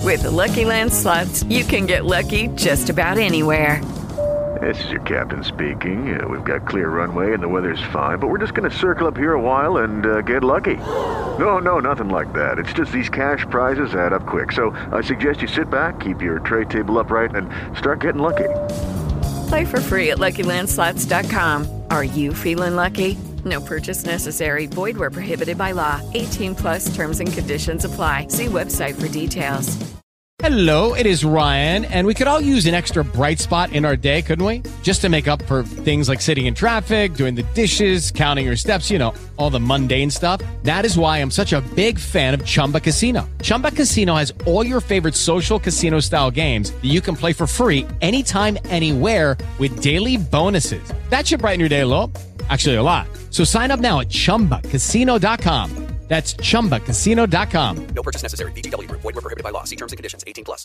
With the Lucky Land Slots, you can get lucky just about anywhere. This is your captain speaking. We've got clear runway and the weather's fine, but we're just going to circle up here a while and get lucky. No, nothing like that. It's just these cash prizes add up quick. So I suggest you sit back, keep your tray table upright, and start getting lucky. Play for free at LuckyLandSlots.com. Are you feeling lucky? No purchase necessary. Void where prohibited by law. 18 plus terms and conditions apply. See website for details. Hello, it is Ryan, and we could all use an extra bright spot in our day, couldn't we? Just to make up for things like sitting in traffic, doing the dishes, counting your steps, you know, all the mundane stuff. That is why I'm such a big fan of Chumba Casino. Chumba Casino has all your favorite social casino-style games that you can play for free anytime, anywhere with daily bonuses. That should brighten your day a little. Actually, a lot. So sign up now at ChumbaCasino.com. That's ChumbaCasino.com. No purchase necessary. VGW Group. Void where prohibited by law. See terms and conditions. 18 plus.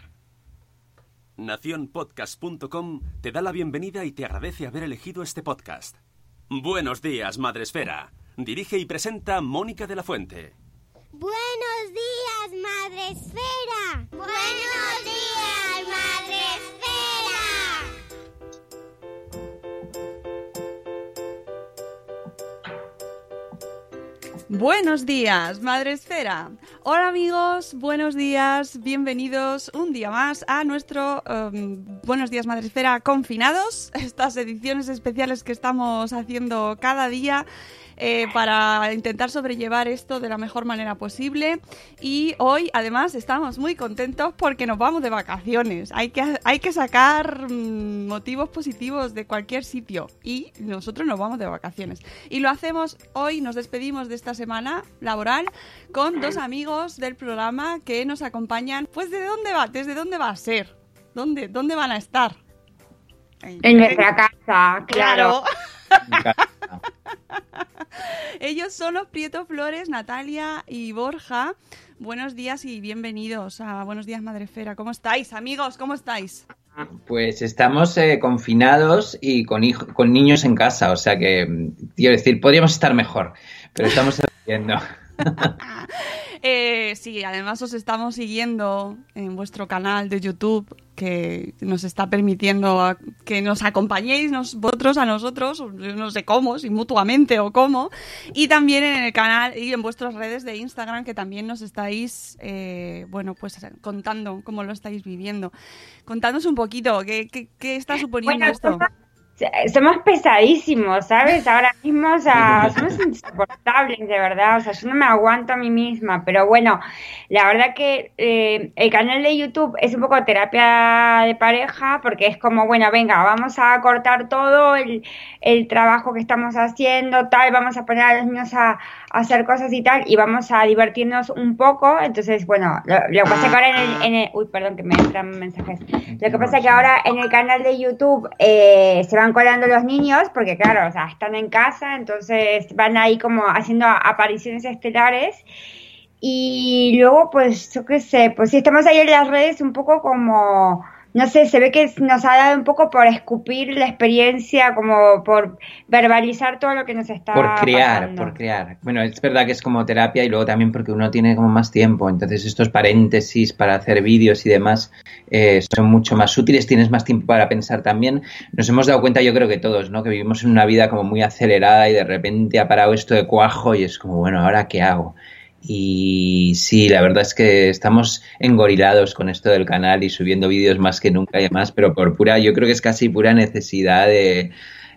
Nacionpodcast.com te da la bienvenida y te agradece haber elegido este podcast. Buenos días, Madresfera. Dirige y presenta Mónica de la Fuente. Buenos días, Madresfera. Buenos días, Madresfera. Buenos días, Madresfera. Hola amigos, buenos días, bienvenidos un día más a nuestro Buenos días, Madresfera confinados. Estas ediciones especiales que estamos haciendo cada día para intentar sobrellevar esto de la mejor manera posible. Y hoy además estamos muy contentos porque nos vamos de vacaciones. Hay que sacar motivos positivos de cualquier sitio y nosotros nos vamos de vacaciones. Y lo hacemos hoy, nos despedimos de esta semana laboral con dos amigos del programa que nos acompañan. Pues ¿desde dónde va a ser? ¿Dónde van a estar? En nuestra casa, claro. Ellos son los Prieto Flores, Natalia y Borja. Buenos días y bienvenidos a Buenos días, Madresfera. ¿Cómo estáis, amigos? ¿Cómo estáis? Pues estamos confinados y con niños en casa, o sea que, quiero decir, podríamos estar mejor, pero estamos viendo. Sí, además os estamos siguiendo en vuestro canal de YouTube, que nos está permitiendo que nos acompañéis vosotros a nosotros, no sé cómo, si mutuamente o cómo, y también en el canal y en vuestras redes de Instagram, que también nos estáis, pues contando cómo lo estáis viviendo. Contadnos un poquito, ¿qué está suponiendo esto? Somos pesadísimos, ¿sabes? Ahora mismo, o sea, somos insoportables, de verdad. O sea, yo no me aguanto a mí misma. Pero bueno, la verdad que el canal de YouTube es un poco terapia de pareja, porque es como, bueno, venga, vamos a cortar todo el trabajo que estamos haciendo, tal, vamos a poner a los niños a hacer cosas y tal, y vamos a divertirnos un poco. Entonces, bueno, lo que pasa es que ahora uy, perdón, que me entran mensajes. Lo que pasa es que ahora en el canal de YouTube se van colando los niños, porque claro, o sea, están en casa, entonces van ahí como haciendo apariciones estelares. Y luego, pues, yo qué sé, pues sí, estamos ahí en las redes un poco como, no sé, se ve que nos ha dado un poco por escupir la experiencia, como por verbalizar todo lo que nos está pasando. Por crear. Bueno, es verdad que es como terapia y luego también porque uno tiene como más tiempo, entonces estos paréntesis para hacer vídeos y demás son mucho más útiles, tienes más tiempo para pensar también. Nos hemos dado cuenta, yo creo que todos, ¿no? Que vivimos en una vida como muy acelerada y de repente ha parado esto de cuajo y es como, bueno, ¿ahora qué hago? Y sí, la verdad es que estamos engorilados con esto del canal y subiendo vídeos más que nunca y demás, pero yo creo que es casi pura necesidad de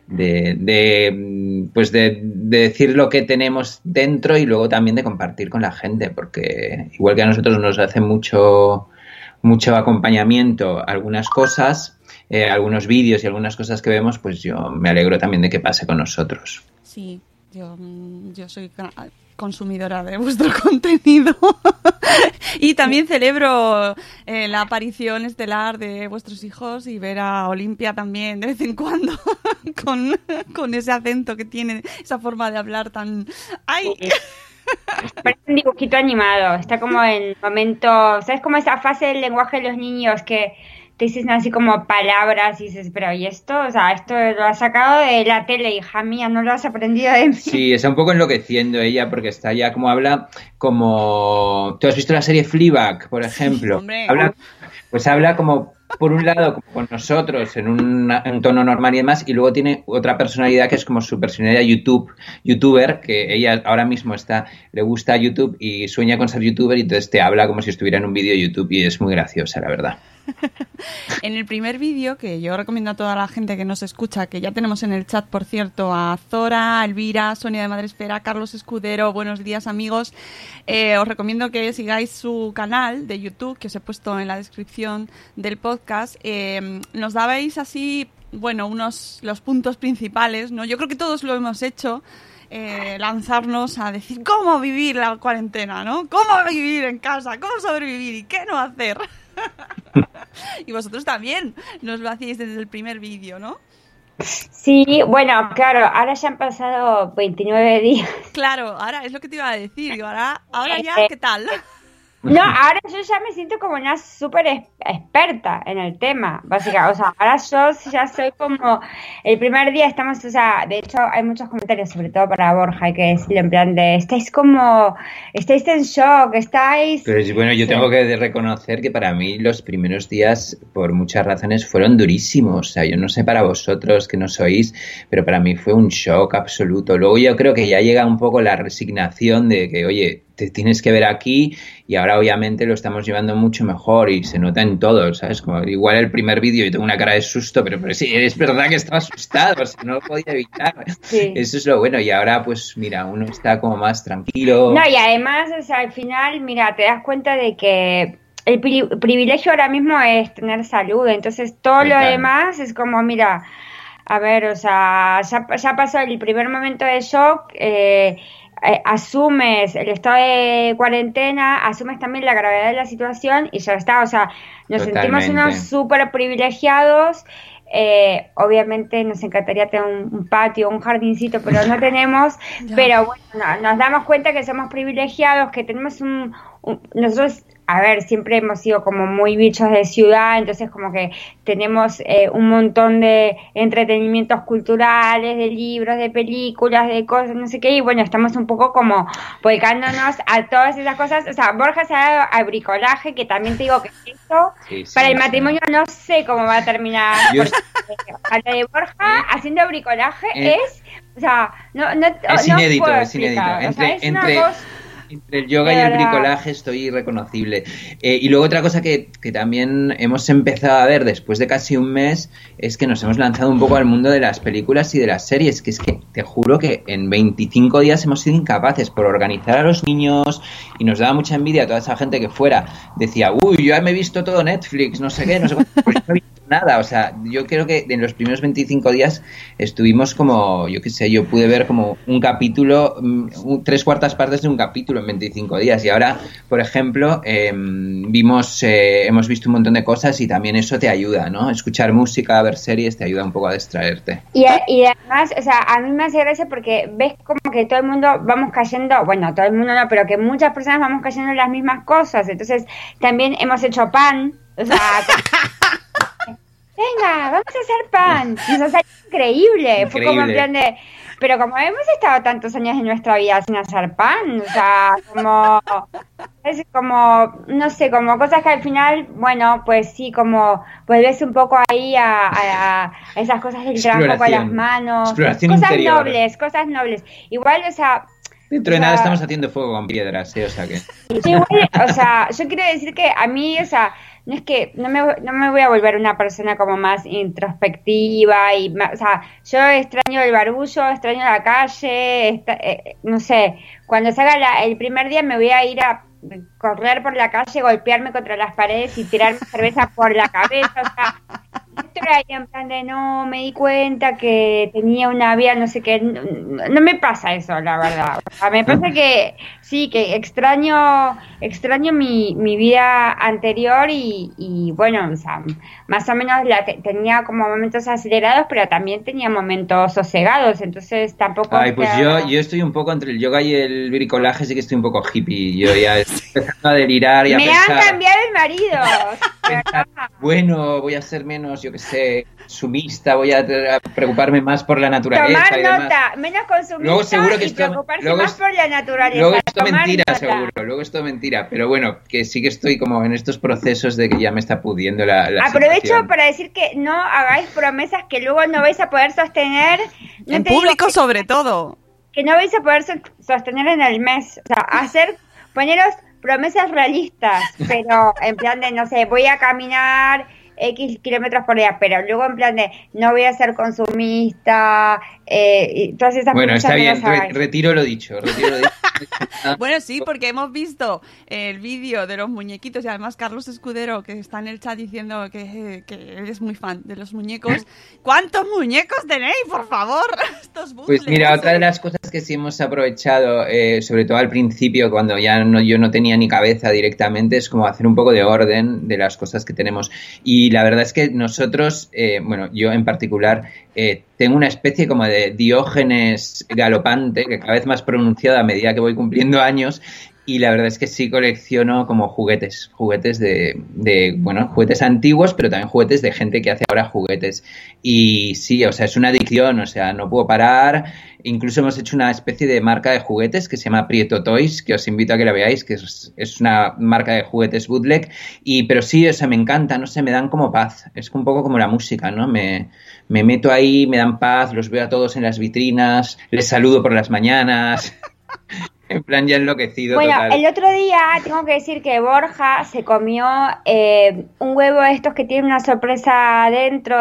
decir lo que tenemos dentro y luego también de compartir con la gente, porque igual que a nosotros nos hace mucho acompañamiento algunas cosas, algunos vídeos y algunas cosas que vemos, pues yo me alegro también de que pase con nosotros. Sí, yo soy consumidora de vuestro contenido y también celebro la aparición estelar de vuestros hijos y ver a Olimpia también de vez en cuando con ese acento que tiene, esa forma de hablar tan... ¡Ay! Parece un dibujito animado, está como en el momento, ¿sabes? Como esa fase del lenguaje de los niños que te dicen así como palabras y dices, pero ¿y esto? O sea, esto lo has sacado de la tele, hija mía, no lo has aprendido de mí. Sí, está un poco enloqueciendo ella porque está ya como habla como... ¿Tú has visto la serie Fleabag, por ejemplo? Hombre. Habla como, por un lado, como con nosotros, en un tono normal y demás, y luego tiene otra personalidad que es como su personalidad youtuber, que ella ahora mismo le gusta YouTube y sueña con ser youtuber, y entonces te habla como si estuviera en un vídeo de YouTube, y es muy graciosa, la verdad. En el primer vídeo, que yo recomiendo a toda la gente que nos escucha, que ya tenemos en el chat, por cierto, a Zora, a Elvira, Sonia de Madresfera, Carlos Escudero, buenos días, amigos. Os recomiendo que sigáis su canal de YouTube, que os he puesto en la descripción del podcast. Nos dabais así, bueno, los puntos principales, ¿no? Yo creo que todos lo hemos hecho. Lanzarnos a decir cómo vivir la cuarentena, ¿no? Cómo vivir en casa, cómo sobrevivir y qué no hacer. Y vosotros también nos lo hacíais desde el primer vídeo, ¿no? Sí, bueno, claro, ahora ya han pasado 29 días. Claro, ahora es lo que te iba a decir. Digo, ahora ya, ¿qué tal? No, ahora yo ya me siento como una súper experta en el tema, básicamente. O sea, ahora yo ya soy como... El primer día estamos, o sea, de hecho hay muchos comentarios, sobre todo para Borja, hay que decirle en plan de, estáis en shock, estáis... Pero bueno, yo tengo que reconocer que para mí los primeros días, por muchas razones, fueron durísimos. O sea, yo no sé para vosotros que no sois, pero para mí fue un shock absoluto. Luego yo creo que ya llega un poco la resignación de que, oye, te tienes que ver aquí, y ahora obviamente lo estamos llevando mucho mejor y se nota en todo, ¿sabes? Como igual el primer vídeo yo tengo una cara de susto, pero sí, es verdad que estaba asustado, o sea, no lo podía evitar. Sí. Eso es lo bueno, y ahora pues mira, uno está como más tranquilo. No, y además, o sea, al final, mira, te das cuenta de que el privilegio ahora mismo es tener salud, entonces todo lo demás es como, mira, a ver, o sea, ya pasó el primer momento de shock, asumes el estado de cuarentena, asumes también la gravedad de la situación y ya está, o sea, nos sentimos unos súper privilegiados. Obviamente nos encantaría tener un patio, un jardincito, pero no tenemos. Pero bueno, nos damos cuenta que somos privilegiados, que tenemos nosotros, a ver, siempre hemos sido como muy bichos de ciudad, entonces como que tenemos un montón de entretenimientos culturales, de libros, de películas, de cosas, no sé qué, y bueno, estamos un poco como volcándonos a todas esas cosas. O sea, Borja se ha dado al bricolaje, que también te digo que eso, para el matrimonio no sé cómo va a terminar. A lo de Borja haciendo bricolaje es, o sea, es inédito, puedo es inédito. explicar. O sea, es una cosa... Entre el yoga y el bricolaje estoy irreconocible. Y luego otra cosa que también hemos empezado a ver después de casi un mes es que nos hemos lanzado un poco al mundo de las películas y de las series, que es que te juro que en 25 días hemos sido incapaces por organizar a los niños, y nos daba mucha envidia a toda esa gente que fuera decía, uy, yo ya me he visto todo Netflix, no sé qué, no sé cuánto, pues no he visto nada. O sea, yo creo que en los primeros 25 días estuvimos como, yo qué sé, yo pude ver como un capítulo, 3/4 partes de un capítulo en 25 días, y ahora, por ejemplo, hemos visto un montón de cosas y también eso te ayuda, ¿no? Escuchar música, ver series te ayuda un poco a distraerte. Y además, o sea, a mí me hace gracia porque ves como que todo el mundo vamos cayendo, bueno, todo el mundo no, pero que muchas personas vamos cayendo en las mismas cosas. Entonces también hemos hecho pan, o sea... Venga, vamos a hacer pan. Nos ha salido increíble. Fue como en plan de... Pero como hemos estado tantos años en nuestra vida sin hacer pan, o sea, es como, no sé, como cosas que al final, bueno, pues sí, como vuelves un poco ahí a esas cosas del trabajo con las manos. Cosas interior. Cosas nobles. Igual, o sea... Dentro de nada estamos haciendo fuego con piedras, o sea que... Sí, igual, o sea, yo quiero decir que a mí, o sea... No es que no me voy a volver una persona como más introspectiva y más, o sea, yo extraño el barullo, extraño la calle, no sé, cuando salga el primer día me voy a ir a correr por la calle, golpearme contra las paredes y tirarme cerveza por la cabeza, o sea, estoy ahí en plan de no, me di cuenta que tenía una vida, no sé qué, no me pasa eso, la verdad. O sea, me pasa que sí, que extraño mi vida anterior y bueno, o sea, más o menos tenía como momentos acelerados, pero también tenía momentos sosegados, entonces tampoco... Ay, pues yo estoy un poco entre el yoga y el bricolaje, sí que estoy un poco hippie, yo ya estoy empezando a delirar y a pensar... Me han cambiado el marido. bueno, voy a ser menos, yo qué sé, sumista, voy a preocuparme más por la naturaleza. Tomar y demás. nota, menos consumista Luego seguro que y preocuparse más por la naturaleza. Luego esto Tomar mentira, nota. seguro, luego esto mentira. Pero bueno, que sí que estoy como en estos procesos de que ya me está pudiendo la Aprovecho situación. para decir que no hagáis promesas que luego no vais a poder sostener. No En te digo público que- sobre todo. que no vais a poder sostener en el mes. O sea, poneros promesas realistas, pero en plan de, no sé, voy a caminar X kilómetros por día, pero luego en plan de, no voy a ser consumista, y todas esas Bueno, cosas está no bien, las hagáis. retiro lo dicho. Bueno, sí, porque hemos visto el vídeo de los muñequitos y además Carlos Escudero, que está en el chat diciendo que él es muy fan de los muñecos. ¿Cuántos muñecos tenéis, por favor? Estos Pues mira, otra de las cosas que sí hemos aprovechado, sobre todo al principio, cuando ya yo no tenía ni cabeza directamente, es como hacer un poco de orden de las cosas que tenemos. Y la verdad es que nosotros, bueno, yo en particular, tengo una especie como de Diógenes galopante, que cada vez más pronunciada a medida que voy cumpliendo años, y la verdad es que sí colecciono como juguetes bueno, juguetes antiguos, pero también juguetes de gente que hace ahora juguetes. Y sí, o sea, es una adicción, o sea, no puedo parar. Incluso hemos hecho una especie de marca de juguetes que se llama Prieto Toys, que os invito a que la veáis, que es una marca de juguetes bootleg. Pero sí, o sea, me encanta, no sé, me dan como paz. Es un poco como la música, ¿no? Me meto ahí, me dan paz, los veo a todos en las vitrinas, les saludo por las mañanas. En plan ya enloquecido. Bueno, total. el otro día tengo que decir que Borja se comió un huevo de estos que tienen una sorpresa dentro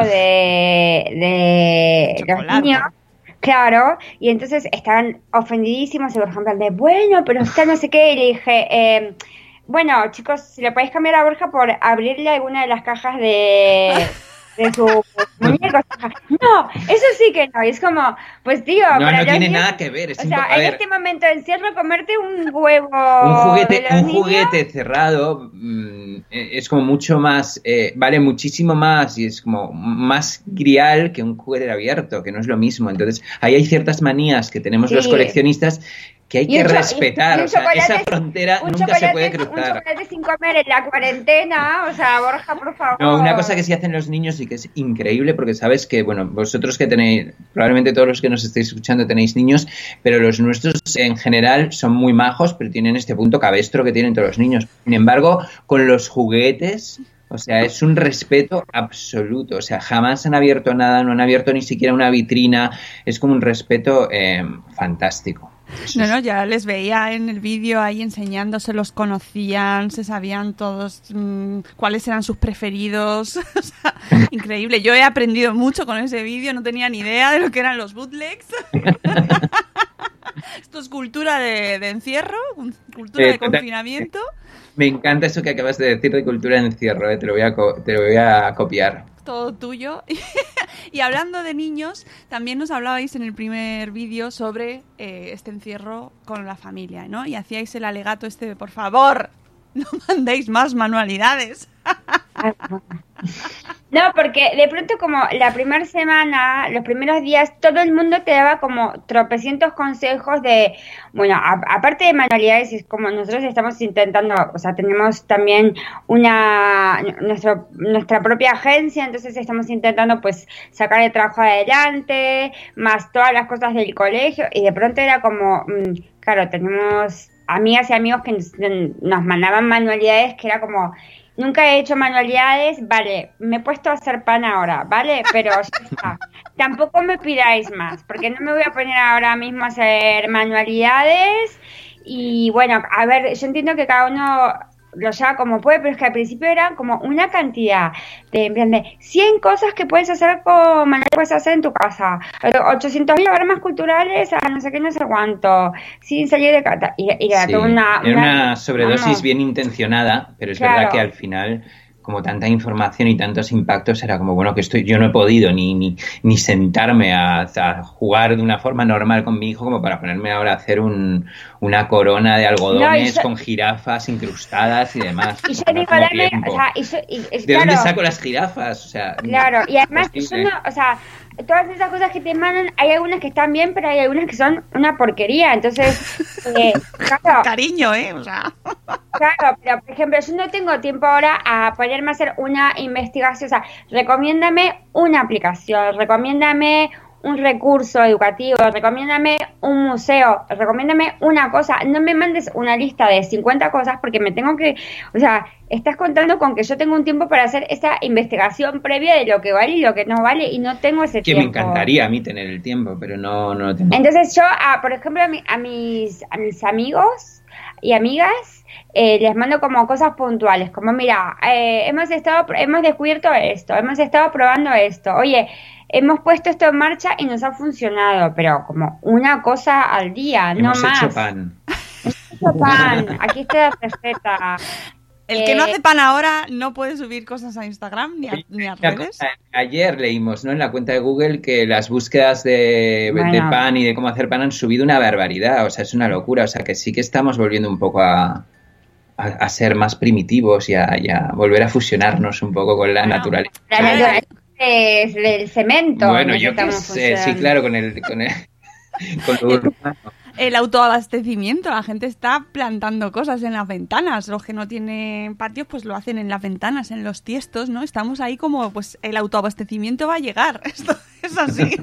de los niños. Claro, y entonces estaban ofendidísimos y Borja en plan de, bueno, pero está no sé qué, y le dije, bueno, chicos, si le podéis cambiar a Borja por abrirle alguna de las cajas de su muñeco. No, eso sí que no, y es como, pues tío, No, para no los tiene niños, nada que ver. Es o sea, a en ver, este momento de encierro, comerte un huevo un de los niños, juguete cerrado es como mucho más, vale muchísimo más y es como más grial que un juguete abierto, que no es lo mismo. Entonces, ahí hay ciertas manías que tenemos los coleccionistas que hay que respetar. O sea, esa frontera nunca se puede Un cruzar. chocolate sin comer en la cuarentena, o sea, Borja, por favor. No, una cosa que sí hacen los niños y que es increíble, porque sabes que, bueno, vosotros que tenéis, probablemente todos los que nos estáis escuchando tenéis niños, pero los nuestros en general son muy majos, pero tienen este punto cabestro que tienen todos los niños. Sin embargo, con los juguetes, o sea, es un respeto absoluto. O sea, jamás han abierto nada, no han abierto ni siquiera una vitrina. Es como un respeto fantástico. No, ya les veía en el vídeo ahí enseñándose, los conocían, se sabían todos cuáles eran sus preferidos. O sea, increíble. Yo he aprendido mucho con ese vídeo, no tenía ni idea de lo que eran los bootlegs. Esto es cultura de encierro, cultura de confinamiento. Me encanta eso que acabas de decir de cultura de encierro, te lo voy a copiar. Todo tuyo. Y hablando de niños, también nos hablabais en el primer vídeo sobre este encierro con la familia, ¿no? Y hacíais el alegato este de, por favor, no mandéis más manualidades. No, porque de pronto como la primera semana, los primeros días, todo el mundo te daba como tropecientos consejos de, bueno, aparte de manualidades, es como nosotros estamos intentando, o sea, tenemos también nuestra propia agencia, entonces estamos intentando pues sacar el trabajo adelante, más todas las cosas del colegio, y de pronto era como, claro, tenemos amigas y amigos que nos mandaban manualidades que era como, nunca he hecho manualidades, vale, me he puesto a hacer pan ahora, vale, pero ya está. Tampoco me pidáis más, porque no me voy a poner ahora mismo a hacer manualidades. Y bueno, a ver, yo entiendo que cada uno lo lleva como puede, pero es que al principio era como una cantidad de 100 cosas que puedes hacer con manualidades, puedes hacer en tu casa, 800.000 programas culturales a no sé qué, no sé cuánto, sin salir de casa. Y era Sí, toda una sobredosis vamos. bien intencionada, pero es Claro. verdad que al final, como tanta información y tantos impactos, era como, bueno, que yo no he podido ni sentarme a jugar de una forma normal con mi hijo como para ponerme ahora a hacer una corona de algodones con jirafas incrustadas y demás. Y yo No digo, tengo dame, tiempo. o sea, ¿De dónde saco las jirafas? O sea, claro, y además yo imposible. no, o sea, todas esas cosas que te mandan, hay algunas que están bien, pero hay algunas que son una porquería. Entonces, claro, cariño, o sea. Claro, pero por ejemplo, yo no tengo tiempo ahora a ponerme a hacer una investigación. O sea, recomiéndame una aplicación, recomiéndame un recurso educativo, recomiéndame un museo, recomiéndame una cosa. No me mandes una lista de 50 cosas porque me tengo que... O sea, estás contando con que yo tengo un tiempo para hacer esa investigación previa de lo que vale y lo que no vale, y no tengo ese tiempo. Que me encantaría a mí tener el tiempo, pero no lo tengo. Entonces yo, por ejemplo, a mis amigos y amigas, les mando como cosas puntuales, como mira, hemos descubierto esto, hemos estado probando esto, oye, hemos puesto esto en marcha y nos ha funcionado, pero como una cosa al día, hemos no más. Hecho pan. Hemos hecho pan, aquí está la receta. El que no hace pan ahora no puede subir cosas a Instagram ni a redes. Ayer leímos, ¿no?, en la cuenta de Google que las búsquedas de pan y de cómo hacer pan han subido una barbaridad. O sea, es una locura. O sea, que sí que estamos volviendo un poco a ser más primitivos y a volver a fusionarnos un poco con la naturaleza. La naturaleza es del cemento. Bueno, yo que sé, sí, claro, con lo urbano. El autoabastecimiento, la gente está plantando cosas en las ventanas. Los que no tienen patios, pues lo hacen en las ventanas, en los tiestos, ¿no? Estamos ahí como, pues el autoabastecimiento va a llegar. Esto es así.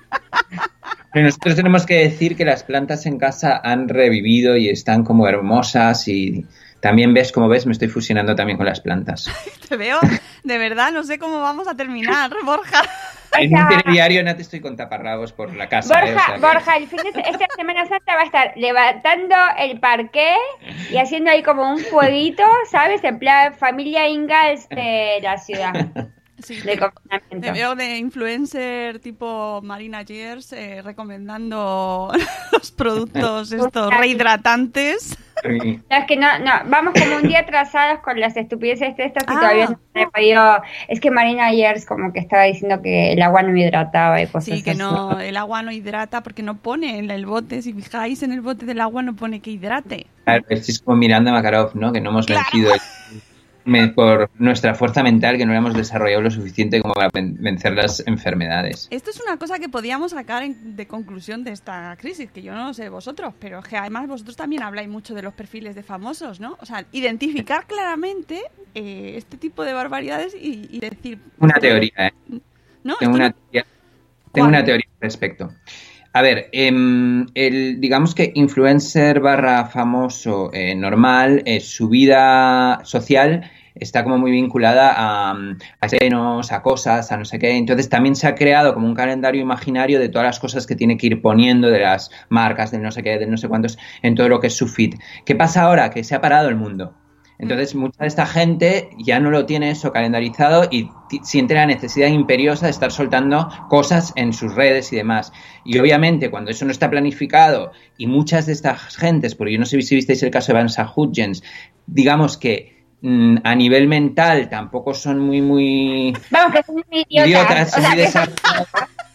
Pero nosotros tenemos que decir que las plantas en casa han revivido y están como hermosas, y también ves, como ves, me estoy fusionando también con las plantas. Te veo, de verdad, no sé cómo vamos a terminar, Borja. En un telediario no te estoy con taparrabos por la casa. Borja, el fin de esta Semana Santa va a estar levantando el parqué y haciendo ahí como un fueguito, ¿sabes? En plan familia Ingalls de la ciudad. Sí, te veo de influencer tipo Marina Gers recomendando los productos estos rehidratantes. Sí. No, es que no, vamos como un día atrasados con las estupideces de estas y todavía no he podido. Es que Marina Gers como que estaba diciendo que el agua no hidrataba y cosas así. Sí, que no, el agua no hidrata porque no pone en el bote, si fijáis en el bote del agua no pone que hidrate. Claro, es como Miranda Makarov, ¿no? Que no hemos vencido por nuestra fuerza mental, que no la hemos desarrollado lo suficiente como para vencer las enfermedades. Esto es una cosa que podíamos sacar de conclusión de esta crisis, que yo no sé vosotros, pero es que además vosotros también habláis mucho de los perfiles de famosos, ¿no? O sea, identificar claramente este tipo de barbaridades y decir... Una teoría, ¿eh? ¿No? Tengo una teoría al respecto. A ver, digamos que influencer / famoso normal, su vida social está como muy vinculada a estrenos, a cosas, a no sé qué. Entonces también se ha creado como un calendario imaginario de todas las cosas que tiene que ir poniendo, de las marcas, del no sé qué, del no sé cuántos, en todo lo que es su feed. ¿Qué pasa ahora? Que se ha parado el mundo. Entonces, mucha de esta gente ya no lo tiene eso calendarizado y siente la necesidad imperiosa de estar soltando cosas en sus redes y demás. Y obviamente, cuando eso no está planificado y muchas de estas gentes, porque yo no sé si visteis el caso de Vanessa Hudgens, digamos que a nivel mental tampoco son muy... Vamos, que son muy idiotas. Son muy desarrolladas.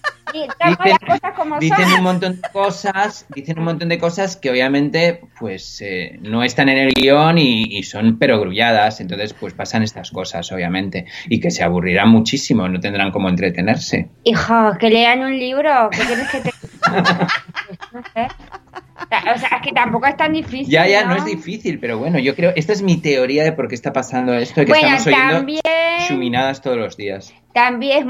Dicen un montón de cosas que obviamente pues no están en el guión y son perogrulladas. Entonces pues pasan estas cosas obviamente y que se aburrirán muchísimo, no tendrán cómo entretenerse. Hijo, que lean un libro, que tienes que no sé. O sea, es que tampoco es tan difícil. Ya, no es difícil, pero bueno, yo creo, esta es mi teoría de por qué está pasando esto, que estamos oyendo chuminadas todos los días. También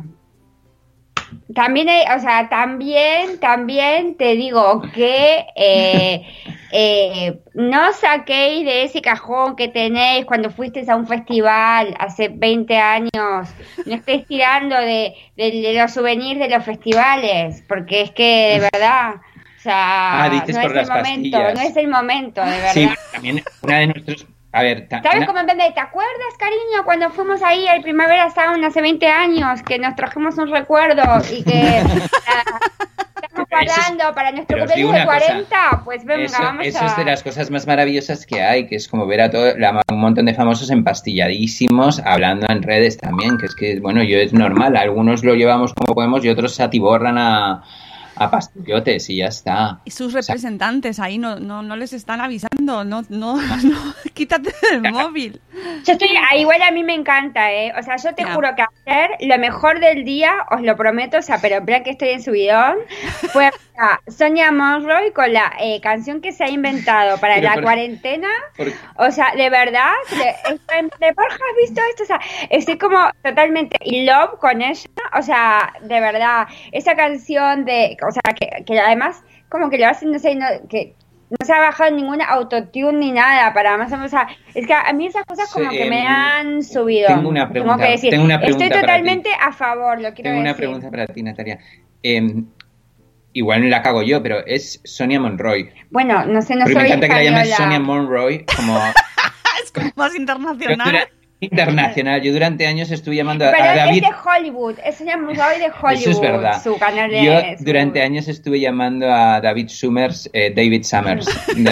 te digo que no saquéis de ese cajón que tenéis cuando fuisteis a un festival hace 20 años, no estéis tirando de los souvenirs de los festivales, porque es que de verdad, o sea, dices no por es las el momento, pastillas. no es el momento, de verdad. Sí, también una de nuestros... A ver, ¿sabes cómo entender? ¿Te acuerdas, cariño, cuando fuimos ahí al Primavera Sound hace 20 años, que nos trajimos un recuerdo y que estamos parando para nuestro cumpleaños de 40? Pues venga, eso es de las cosas más maravillosas que hay, que es como ver a un montón de famosos empastilladísimos hablando en redes también, que es que, bueno, es normal, algunos lo llevamos como podemos y otros se atiborran a a pastillotes y ya está. Y sus representantes ahí no les están avisando, no, quítate del móvil. Yo estoy, igual a mí me encanta, o sea, yo te juro que ayer lo mejor del día, os lo prometo, o sea, pero en plan que estoy en subidón, fue Sonia Monroy con la canción que se ha inventado para la cuarentena, o sea, de verdad, de Borja, ¿has visto esto? O sea, estoy como totalmente in love con ella, o sea, de verdad, esa canción o sea, que además como que lo hacen, no sé, que no se ha bajado ninguna autotune ni nada para más o menos, o sea, es que a mí esas cosas como que me han subido. Tengo una pregunta, tengo que decir, estoy totalmente a favor, lo quiero decir. Tengo una pregunta para ti, Natalia. Igual la cago yo, pero es Sonia Monroy. Bueno, no sé, no soy española. Me encanta que la llames Sonia Monroy como... es como más internacional. Internacional. Yo durante años estuve llamando a Pero David... es de Hollywood, es Sonia Monroy de Hollywood. Eso es verdad. Su canal de... Yo durante años estuve llamando a David Summers, David Summers.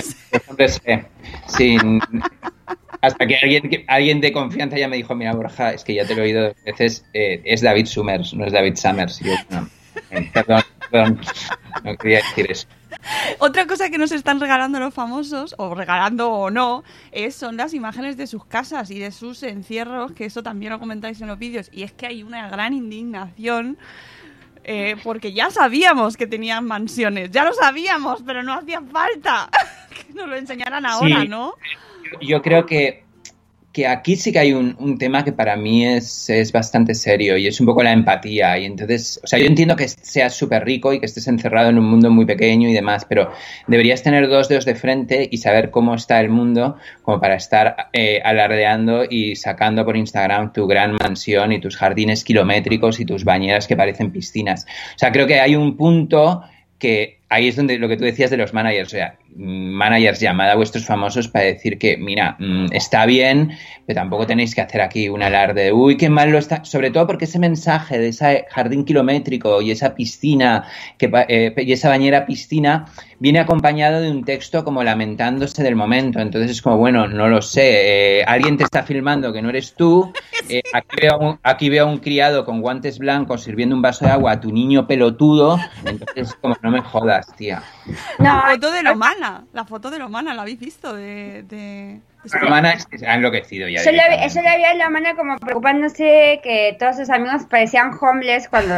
Sin... Hasta que alguien de confianza ya me dijo, mira, Borja, es que ya te lo he oído 2 veces, es David Summers, no es David Summers. Y yo, no, perdón, no quería decir eso. Otra cosa que nos están regalando los famosos, o regalando o no, son las imágenes de sus casas y de sus encierros, que eso también lo comentáis en los vídeos, y es que hay una gran indignación, porque ya sabíamos que tenían mansiones, ya lo sabíamos, pero no hacía falta que nos lo enseñaran ahora, sí. ¿No? Yo creo que aquí sí que hay un tema que para mí es bastante serio y es un poco la empatía. Y entonces, o sea, yo entiendo que seas súper rico y que estés encerrado en un mundo muy pequeño y demás, pero deberías tener 2 dedos de frente y saber cómo está el mundo como para estar alardeando y sacando por Instagram tu gran mansión y tus jardines kilométricos y tus bañeras que parecen piscinas. O sea, creo que hay un punto que ahí es donde lo que tú decías de los managers, o sea, managers, llamad a vuestros famosos para decir que, mira, está bien, pero tampoco tenéis que hacer aquí un alarde de, uy, qué mal lo está, sobre todo porque ese mensaje de ese jardín kilométrico y esa piscina, y esa bañera piscina, viene acompañado de un texto como lamentándose del momento, entonces es como, bueno, no lo sé, alguien te está filmando que no eres tú, aquí veo a un criado con guantes blancos sirviendo un vaso de agua a tu niño pelotudo, entonces como, no me jodas, tía. La foto de Lomana, ¿la habéis visto? Lomana ha enloquecido ya. Yo la vi a Lomana como preocupándose que todos sus amigos parecían homeless cuando...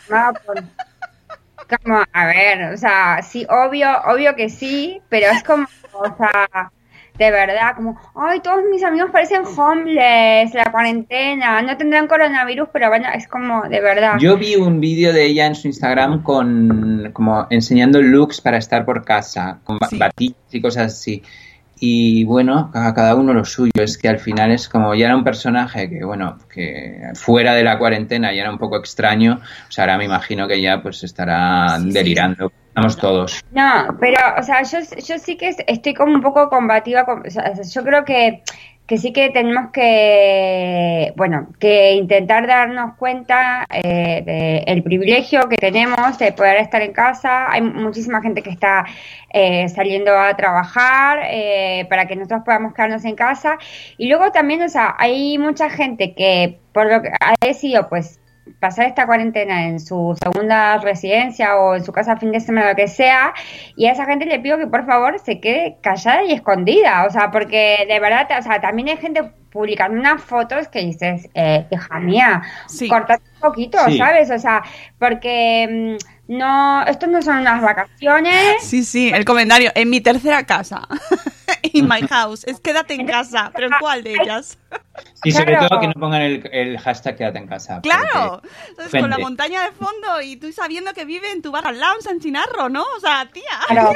Como, a ver, o sea, sí, obvio que sí, pero es como, o sea, de verdad, como, ay, todos mis amigos parecen homeless, la cuarentena, no tendrán coronavirus, pero bueno, es como, de verdad. Yo vi un vídeo de ella en su Instagram como enseñando looks para estar por casa, con batidos y cosas así. Y bueno, a cada uno lo suyo. Es que al final es como, ya era un personaje que, bueno, que fuera de la cuarentena ya era un poco extraño. O sea, ahora me imagino que ya pues estará delirando. Estamos todos. No, pero, o sea, yo sí que estoy como un poco combativa. O sea, yo creo que sí que tenemos que, bueno, que intentar darnos cuenta del privilegio que tenemos de poder estar en casa. Hay muchísima gente que está saliendo a trabajar para que nosotros podamos quedarnos en casa. Y luego también, o sea, hay mucha gente que por lo que ha decidido, pues, pasar esta cuarentena en su segunda residencia o en su casa a fin de semana, lo que sea, y a esa gente le pido que por favor se quede callada y escondida, o sea, porque de verdad, o sea, también hay gente publicando unas fotos que dices, hija mía, cortate un poquito, ¿sabes? O sea, porque no, estos no son unas vacaciones. Sí, el comentario, en mi tercera casa, in my house, es quédate en casa, pero ¿en cuál de ellas? Y sobre todo que no pongan el hashtag quédate en casa. Claro, entonces con la montaña de fondo y tú sabiendo que vive en tu bar al lado en San Chinarro, ¿no? O sea, tía. Claro.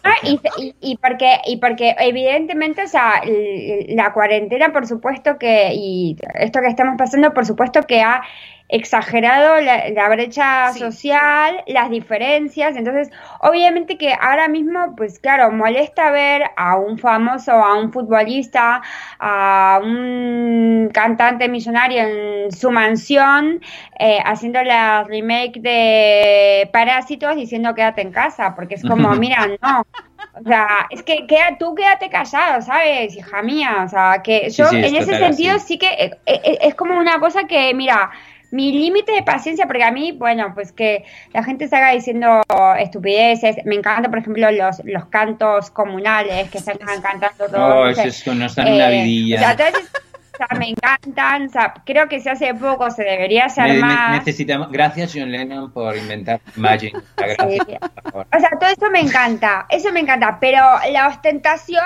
Y porque evidentemente, o sea, la cuarentena, por supuesto que, y esto que estamos pasando, por supuesto que ha exagerado la brecha social, las diferencias, entonces obviamente que ahora mismo, pues claro, molesta ver a un famoso, a un futbolista, a un cantante millonario en su mansión haciendo la remake de Parásitos diciendo quédate en casa, porque es como, mira, no, o sea, es que tú quédate callado, ¿sabes, hija mía? O sea, que yo en ese sentido sí que es como una cosa que, mira, mi límite de paciencia, porque a mí, bueno, pues que la gente salga diciendo estupideces. Me encantan, por ejemplo, los cantos comunales que están cantando todos. Nos dan una vidilla. O sea, entonces, me encantan. O sea, creo que si hace poco se debería hacer más. Necesitamos. Gracias, John Lennon, por inventar Imagine. Gracias, por favor. O sea, todo eso me encanta. Eso me encanta. Pero la ostentación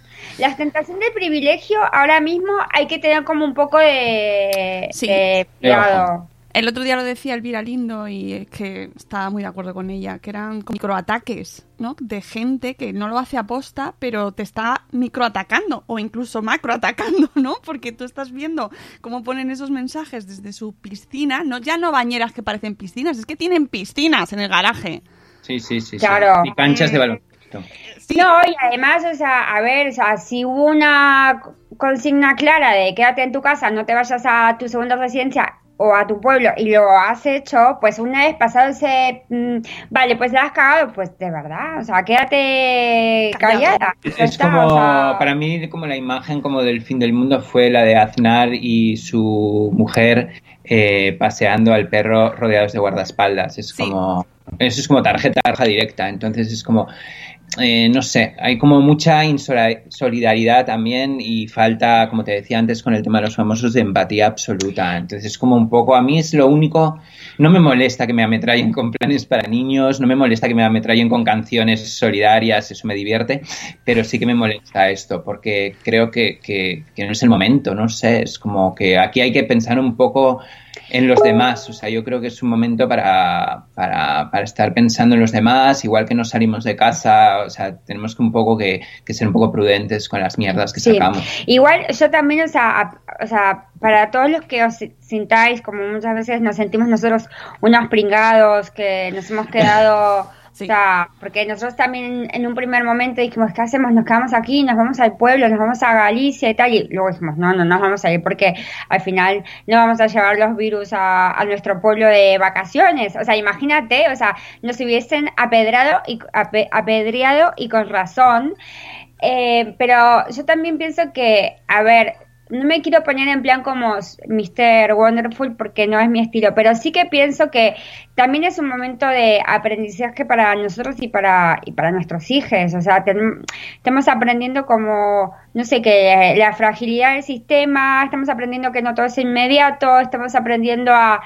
del privilegio, ahora mismo hay que tener como un poco de cuidado. El otro día lo decía Elvira Lindo y es que estaba muy de acuerdo con ella, que eran microataques, ¿no? De gente que no lo hace aposta, pero te está microatacando o incluso macroatacando, ¿no? Porque tú estás viendo cómo ponen esos mensajes desde su piscina, ya no bañeras que parecen piscinas, es que tienen piscinas en el garaje. Sí. Claro. Y canchas de baloncesto. Sí. No, y además, o sea, a ver, o sea, si hubo una consigna clara de quédate en tu casa, no te vayas a tu segunda residencia o a tu pueblo y lo has hecho, pues una vez pasado ese vale, pues la has cagado, pues de verdad, o sea, quédate callada. Es como, para mí, como la imagen como del fin del mundo fue la de Aznar y su mujer paseando al perro rodeados de guardaespaldas. Eso es como tarjeta directa, entonces es como no sé, hay como mucha insolidaridad también y falta, como te decía antes con el tema de los famosos, de empatía absoluta. Entonces es como un poco, a mí es lo único, no me molesta que me ametrallen con planes para niños, no me molesta que me ametrallen con canciones solidarias, eso me divierte, pero sí que me molesta esto porque creo que no es el momento, no sé, es como que aquí hay que pensar un poco en los demás, o sea, yo creo que es un momento para estar pensando en los demás, igual que no salimos de casa, o sea, tenemos que ser un poco prudentes con las mierdas que sacamos. Igual yo también, o sea, para todos los que os sintáis, como muchas veces nos sentimos nosotros unos pringados, que nos hemos quedado... Sí. O sea, porque nosotros también en un primer momento dijimos, ¿qué hacemos? Nos quedamos aquí, nos vamos al pueblo, nos vamos a Galicia y tal, y luego dijimos, no nos vamos a ir porque al final no vamos a llevar los virus a nuestro pueblo de vacaciones. O sea, imagínate, o sea, nos hubiesen apedreado y con razón, pero yo también pienso que, a ver, no me quiero poner en plan como Mr. Wonderful porque no es mi estilo, pero sí que pienso que también es un momento de aprendizaje para nosotros y para nuestros hijos. O sea, estamos aprendiendo como, no sé, que la fragilidad del sistema, estamos aprendiendo que no todo es inmediato, estamos aprendiendo a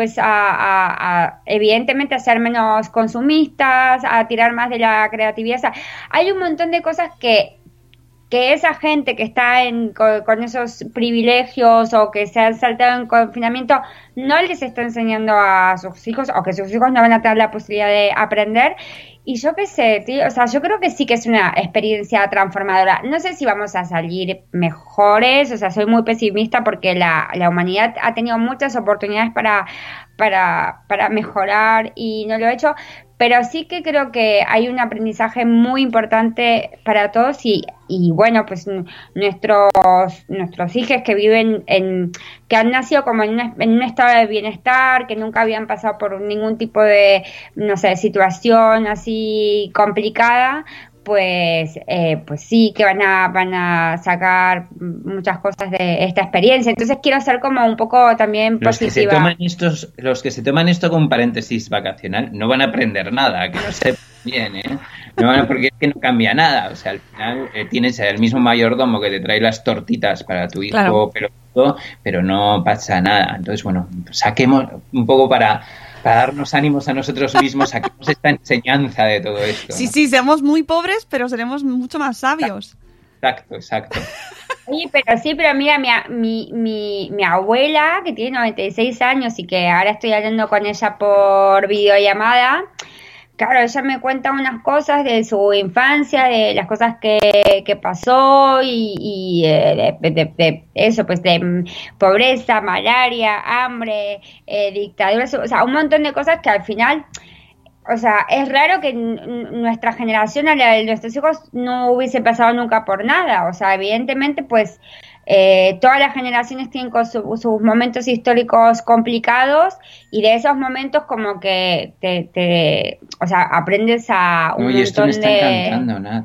evidentemente a ser menos consumistas, a tirar más de la creatividad. O sea, hay un montón de cosas que esa gente que está con esos privilegios o que se han saltado en confinamiento no les está enseñando a sus hijos o que sus hijos no van a tener la posibilidad de aprender. Y yo qué sé, tío, o sea, yo creo que sí que es una experiencia transformadora. No sé si vamos a salir mejores, o sea, soy muy pesimista porque la humanidad ha tenido muchas oportunidades para mejorar y no lo ha hecho, pero sí que creo que hay un aprendizaje muy importante para todos y bueno, pues nuestros hijos que viven que han nacido como en un estado de bienestar, que nunca habían pasado por ningún tipo de, no sé, situación así complicada, pues sí que van a sacar muchas cosas de esta experiencia. Entonces quiero ser como un poco también positiva. Los que se toman esto como un paréntesis vacacional no van a aprender nada, que lo sepan bien, ¿eh? No, porque es que no cambia nada. O sea, al final tienes el mismo mayordomo que te trae las tortitas para tu hijo, claro, pero no pasa nada. Entonces, bueno, saquemos un poco para darnos ánimos a nosotros mismos, saquemos esta enseñanza de todo esto. Sí, ¿no? Sí, seamos muy pobres, pero seremos mucho más sabios. Exacto. Pero mira, mi abuela, que tiene 96 años y que ahora estoy hablando con ella por videollamada, claro, ella me cuenta unas cosas de su infancia, de las cosas que pasó y de eso, pues de pobreza, malaria, hambre, dictadura, o sea, un montón de cosas que al final, o sea, es raro que nuestra generación, a la de nuestros hijos, no hubiese pasado nunca por nada. O sea, evidentemente, pues todas las generaciones tienen sus momentos históricos complicados y de esos momentos como que o sea, aprendes a un montón de... Oye, esto me está encantando, Nat.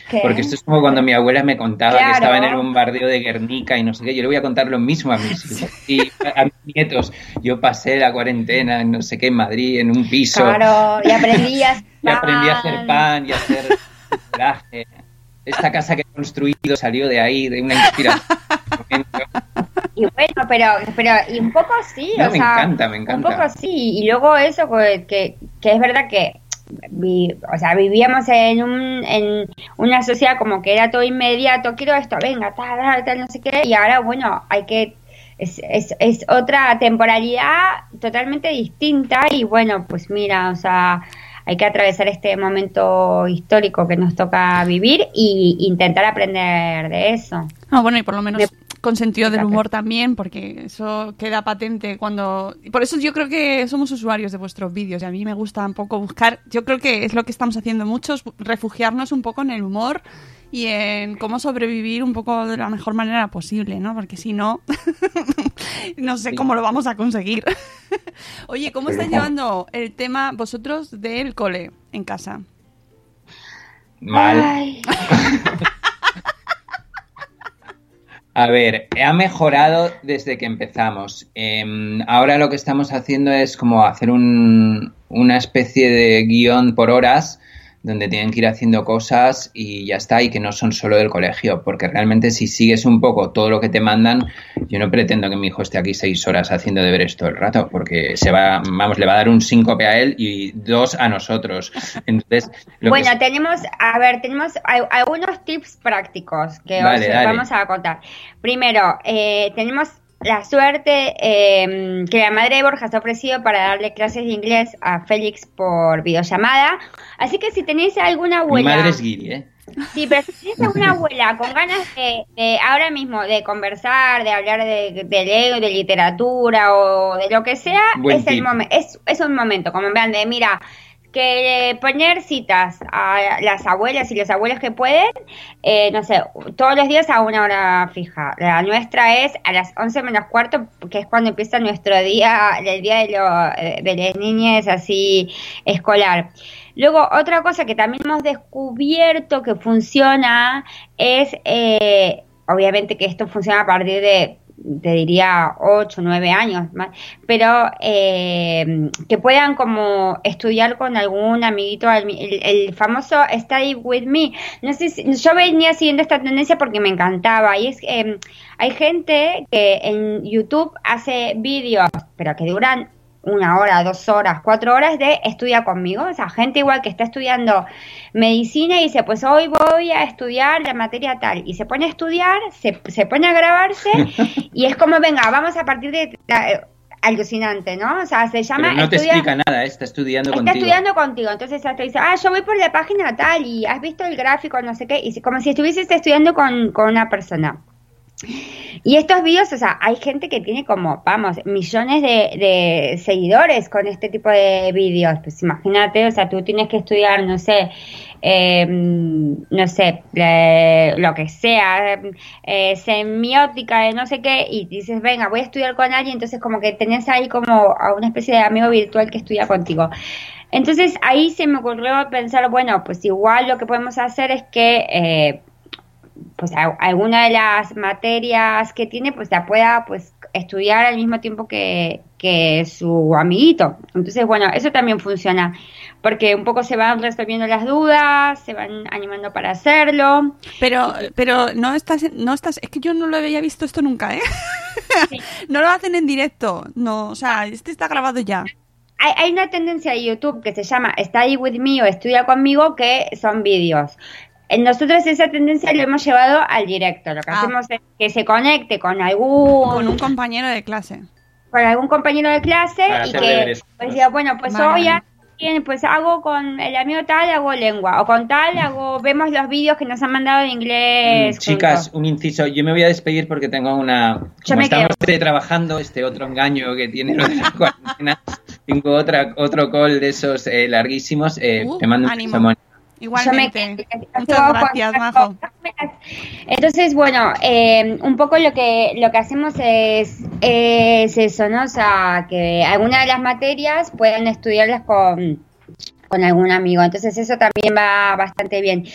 ¿Qué? Porque esto es como cuando mi abuela me contaba Claro. que estaba en el bombardeo de Guernica y no sé qué. Yo le voy a contar lo mismo a mis hijos y a mis nietos. Yo pasé la cuarentena en no sé qué, en Madrid, en un piso. Claro, y aprendí a hacer Y aprendí a hacer pan y a hacer chocolate. Esta casa que he construido salió de ahí, de una inspiración. Y bueno, pero y un poco sí, No, o me sea, encanta, me encanta. un poco sí, y luego eso que es verdad que o sea, vivíamos en una sociedad como que era todo inmediato, quiero esto, venga, tal, no sé qué, y ahora bueno, es otra temporalidad totalmente distinta y bueno, pues mira, o sea, hay que atravesar este momento histórico que nos toca vivir e intentar aprender de eso. No, bueno, y por lo menos con sentido del humor también, porque eso queda patente cuando... Por eso yo creo que somos usuarios de vuestros vídeos y a mí me gusta un poco buscar, yo creo que es lo que estamos haciendo muchos, refugiarnos un poco en el humor y en cómo sobrevivir un poco de la mejor manera posible, ¿no? Porque si no, no sé cómo lo vamos a conseguir. Oye, ¿cómo estáis llevando el tema vosotros del cole en casa? Mal. Ay. A ver, ha mejorado desde que empezamos. Ahora lo que estamos haciendo es como hacer una especie de guión por horas donde tienen que ir haciendo cosas y ya está, y que no son solo del colegio, porque realmente si sigues un poco todo lo que te mandan, yo no pretendo que mi hijo esté aquí 6 horas haciendo deberes todo el rato, porque le va a dar un síncope a él y 2 a nosotros. Entonces, bueno, tenemos algunos tips prácticos que Dale. vamos a contar. Primero, tenemos la suerte que la madre de Borja se ha ofrecido para darle clases de inglés a Félix por videollamada. Así que si tenéis alguna abuela... Mi madre es guiri, ¿eh? Sí, pero si tienes alguna abuela con ganas de ahora mismo de conversar, de hablar de Lego, de literatura o de lo que sea, es un momento, como vean, de mira... que poner citas a las abuelas y los abuelos que pueden, no sé, todos los días a una hora fija. La nuestra es a las 11 menos cuarto, que es cuando empieza nuestro día, el día de las niñas así escolar. Luego, otra cosa que también hemos descubierto que funciona es, obviamente que esto funciona a partir de, te diría 8 o 9 años más, pero que puedan como estudiar con algún amiguito, el famoso Study With Me. No sé si, yo venía siguiendo esta tendencia porque me encantaba, y es hay gente que en YouTube hace vídeos, pero que duran 1 hora, 2 horas, 4 horas de estudia conmigo. O sea, gente igual que está estudiando medicina y dice, pues hoy voy a estudiar la materia tal. Y se pone a estudiar, se pone a grabarse y es como, venga, vamos a partir de... alucinante, ¿no? O sea, se llama... Pero no te explica nada, está estudiando contigo. Está estudiando contigo, entonces hasta dice, yo voy por la página tal y has visto el gráfico, no sé qué, y como si estuvieses estudiando con una persona. Y estos vídeos, o sea, hay gente que tiene como, vamos, millones de seguidores con este tipo de vídeos. Pues imagínate, o sea, tú tienes que estudiar, no sé, lo que sea, semiótica de no sé qué, y dices, venga, voy a estudiar con alguien, entonces como que tenés ahí como a una especie de amigo virtual que estudia contigo. Entonces ahí se me ocurrió pensar, bueno, pues igual lo que podemos hacer es que... pues alguna de las materias que tiene pues la pueda pues estudiar al mismo tiempo que su amiguito. Entonces bueno, eso también funciona porque un poco se van resolviendo las dudas, se van animando para hacerlo. Pero no estás, es que yo no lo había visto esto nunca, ¿eh? Sí. No lo hacen en directo, no, o sea, este está grabado ya. Hay una tendencia de YouTube que se llama Study With Me o Estudia Conmigo, que son vídeos. Nosotros esa tendencia lo hemos llevado al directo. Lo que hacemos es que se conecte con un compañero de clase. Con algún compañero de clase y que pues diga, bueno, pues hoy pues hago con el amigo tal, hago lengua, o con tal vemos los vídeos que nos han mandado de inglés. Chicas, un inciso, yo me voy a despedir porque tengo como estamos trabajando otro engaño que tiene lo de la cuarentena, tengo otro call de esos larguísimos, te mando un beso, Mónica. Igualmente. Muchas gracias, Majo. Entonces, bueno, un poco lo que hacemos es eso, ¿no? O sea, que alguna de las materias puedan estudiarlas con algún amigo. Entonces, eso también va bastante bien.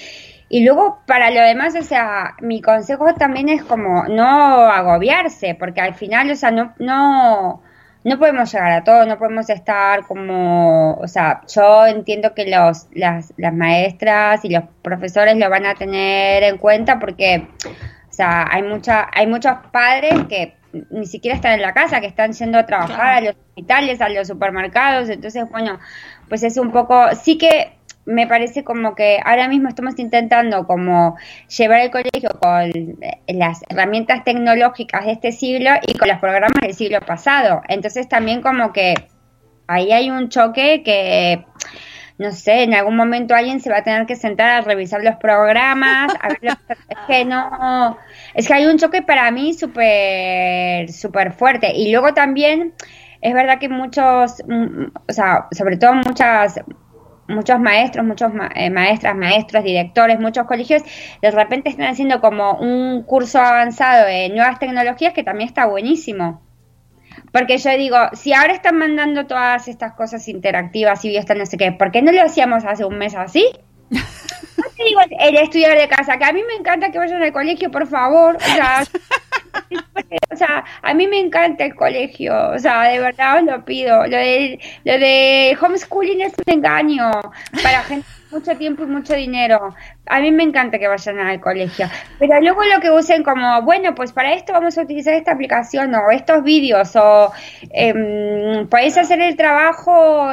Y luego, para lo demás, o sea, mi consejo también es como no agobiarse, porque al final, o sea, no podemos llegar a todo, no podemos estar como, o sea, yo entiendo que las maestras y los profesores lo van a tener en cuenta porque, o sea, hay muchos padres que ni siquiera están en la casa, que están yendo a trabajar a los hospitales, a los supermercados, entonces, bueno, pues es un poco, sí que me parece como que ahora mismo estamos intentando como llevar el colegio con las herramientas tecnológicas de este siglo y con los programas del siglo pasado. Entonces también como que ahí hay un choque que, no sé, en algún momento alguien se va a tener que sentar a revisar los programas, a ver es que hay un choque para mí súper fuerte. Y luego también es verdad que muchos, o sea, sobre todo muchos maestros, maestras, maestros, directores, muchos colegios, de repente están haciendo como un curso avanzado de nuevas tecnologías que también está buenísimo. Porque yo digo, si ahora están mandando todas estas cosas interactivas y no sé qué, ¿por qué no lo hacíamos hace un mes así? No te digo el estudiar de casa, que a mí me encanta que vayan al colegio, por favor. O sea, a mí me encanta el colegio, o sea, de verdad os lo pido. Lo de homeschooling es un engaño para gente con mucho tiempo y mucho dinero. A mí me encanta que vayan al colegio, pero luego lo que usen como, bueno, pues para esto vamos a utilizar esta aplicación o estos vídeos o podéis hacer el trabajo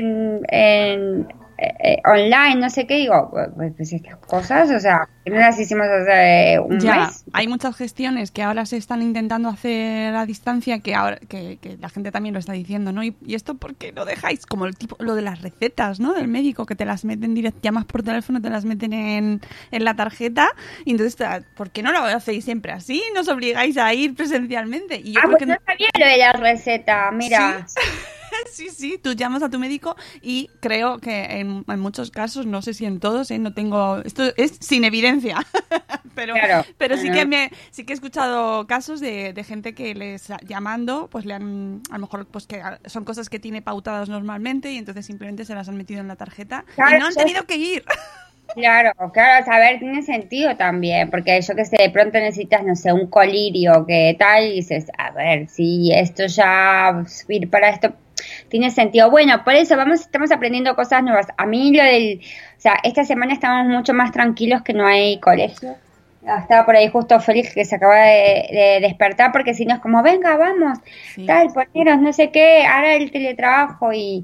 online, no sé qué, digo, pues estas cosas, o sea, que no las hicimos hace un mes. Hay muchas gestiones que ahora se están intentando hacer a distancia, que ahora que la gente también lo está diciendo, ¿no? Y esto, ¿por qué no dejáis? Como lo de las recetas, ¿no? Del médico, que te las meten llamas por teléfono, te las meten en la tarjeta, y entonces, ¿por qué no lo hacéis siempre así? ¿Nos obligáis a ir presencialmente? Y yo creo pues que no sabía lo de la receta, mira. ¿Sí? Sí, tú llamas a tu médico y creo que en muchos casos, no sé si en todos, no tengo, esto es sin evidencia, pero sí que sí que he escuchado casos de gente que les llamando, pues le han, a lo mejor, pues que son cosas que tiene pautadas normalmente y entonces simplemente se las han metido en la tarjeta y no han tenido que ir. Claro, a ver, tiene sentido también, porque yo que sé, de pronto necesitas, no sé, un colirio, que tal, y dices, a ver, si esto ya, ir para esto, tiene sentido. Bueno, por eso estamos aprendiendo cosas nuevas. A mí o sea, esta semana estamos mucho más tranquilos que no hay colegio. Estaba por ahí justo Félix, que se acaba de despertar, porque si no es como, venga, vamos, tal, poneros, no sé qué, ahora el teletrabajo y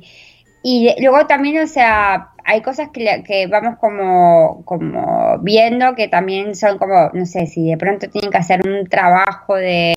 luego también, o sea, hay cosas que vamos como viendo que también son como, no sé, si de pronto tienen que hacer un trabajo de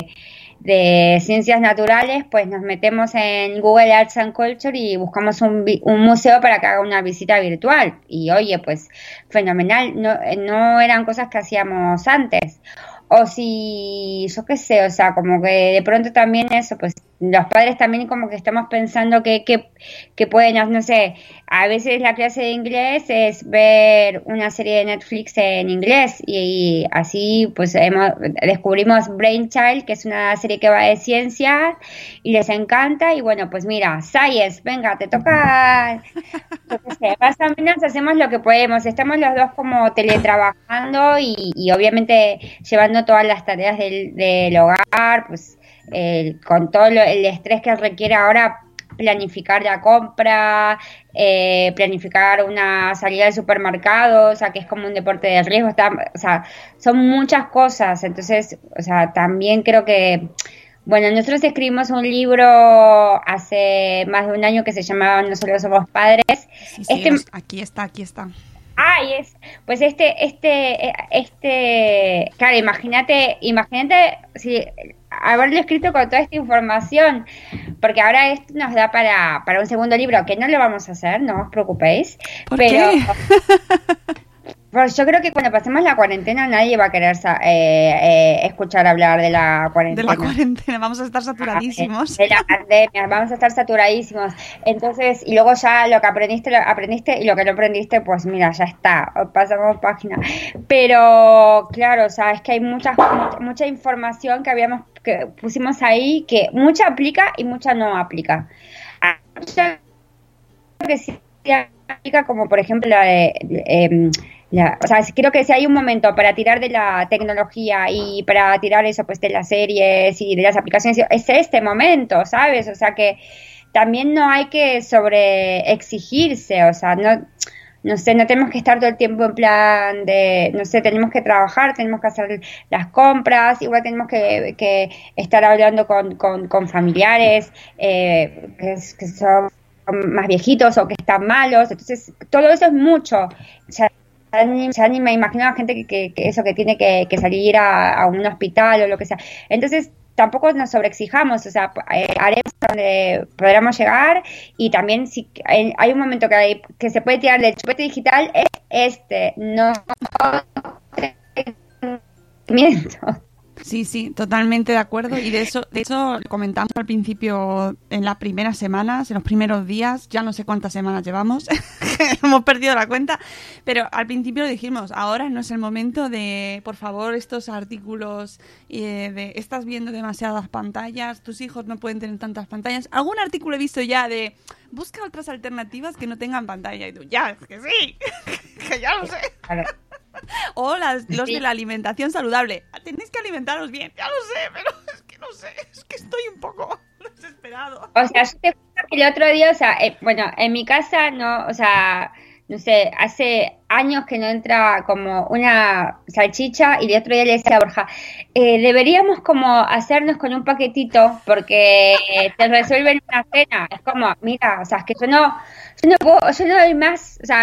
ciencias naturales, pues nos metemos en Google Arts and Culture y buscamos un museo para que haga una visita virtual. Y oye, pues fenomenal, no eran cosas que hacíamos antes. O si, yo qué sé, o sea, como que de pronto también eso, pues los padres también como que estamos pensando que pueden, no sé, a veces la clase de inglés es ver una serie de Netflix en inglés y así pues descubrimos Brainchild, que es una serie que va de ciencia y les encanta y bueno, pues mira, Science, venga, te toca, yo qué sé, más o menos hacemos lo que podemos, estamos los dos como teletrabajando y obviamente llevando todas las tareas del hogar, pues con todo el estrés que requiere ahora planificar la compra, planificar una salida al supermercado, o sea, que es como un deporte de riesgo, o sea, son muchas cosas, entonces, o sea, también creo que, bueno, nosotros escribimos un libro hace más de un año que se llamaba No solo somos padres. Sí, aquí está. Pues claro, imagínate si haberlo escrito con toda esta información, porque ahora esto nos da para un segundo libro, que no lo vamos a hacer, no os preocupéis. ¿Por qué? Pues yo creo que cuando pasemos la cuarentena nadie va a querer escuchar hablar de la cuarentena. De la cuarentena, vamos a estar saturadísimos. De la pandemia, vamos a estar saturadísimos. Entonces, y luego ya lo que aprendiste y lo que no aprendiste, pues mira, ya está, pasamos página. Pero claro, o sea, es que hay mucha información que pusimos ahí, que mucha aplica y mucha no aplica. Hay mucha que sí aplica, como por ejemplo la de O sea, creo que si hay un momento para tirar de la tecnología y para tirar eso, pues de las series y de las aplicaciones, es este momento, ¿sabes? O sea, que también no hay que sobreexigirse, o sea, no sé, no tenemos que estar todo el tiempo en plan de, no sé, tenemos que trabajar, tenemos que hacer las compras, igual tenemos que estar hablando con familiares que son más viejitos o que están malos, entonces todo eso es mucho. Ya ni me imagino a gente que eso, que tiene que salir a un hospital o lo que sea. Entonces tampoco nos sobreexijamos, o sea, haremos donde podamos llegar, y también si hay un momento que se puede tirar del chupete digital, es no miento. Sí, totalmente de acuerdo, y de eso comentamos al principio, en las primeras semanas, en los primeros días, ya no sé cuántas semanas llevamos, hemos perdido la cuenta, pero al principio dijimos, ahora no es el momento de, por favor, estos artículos de estás viendo demasiadas pantallas, tus hijos no pueden tener tantas pantallas. Algún artículo he visto ya de busca otras alternativas que no tengan pantalla, y tú, ya, es que sí, que ya lo sé. Claro. O los de la alimentación saludable. Tenéis que alimentaros bien. Ya lo sé, pero es que no sé. Es que estoy un poco desesperado. O sea, yo te juro que el otro día, o sea, bueno, en mi casa no, o sea, no sé, hace años que no entra como una salchicha, y el otro día le decía a Borja, deberíamos como hacernos con un paquetito porque te resuelven una cena. Es como, mira, o sea, es que yo no doy más, o sea,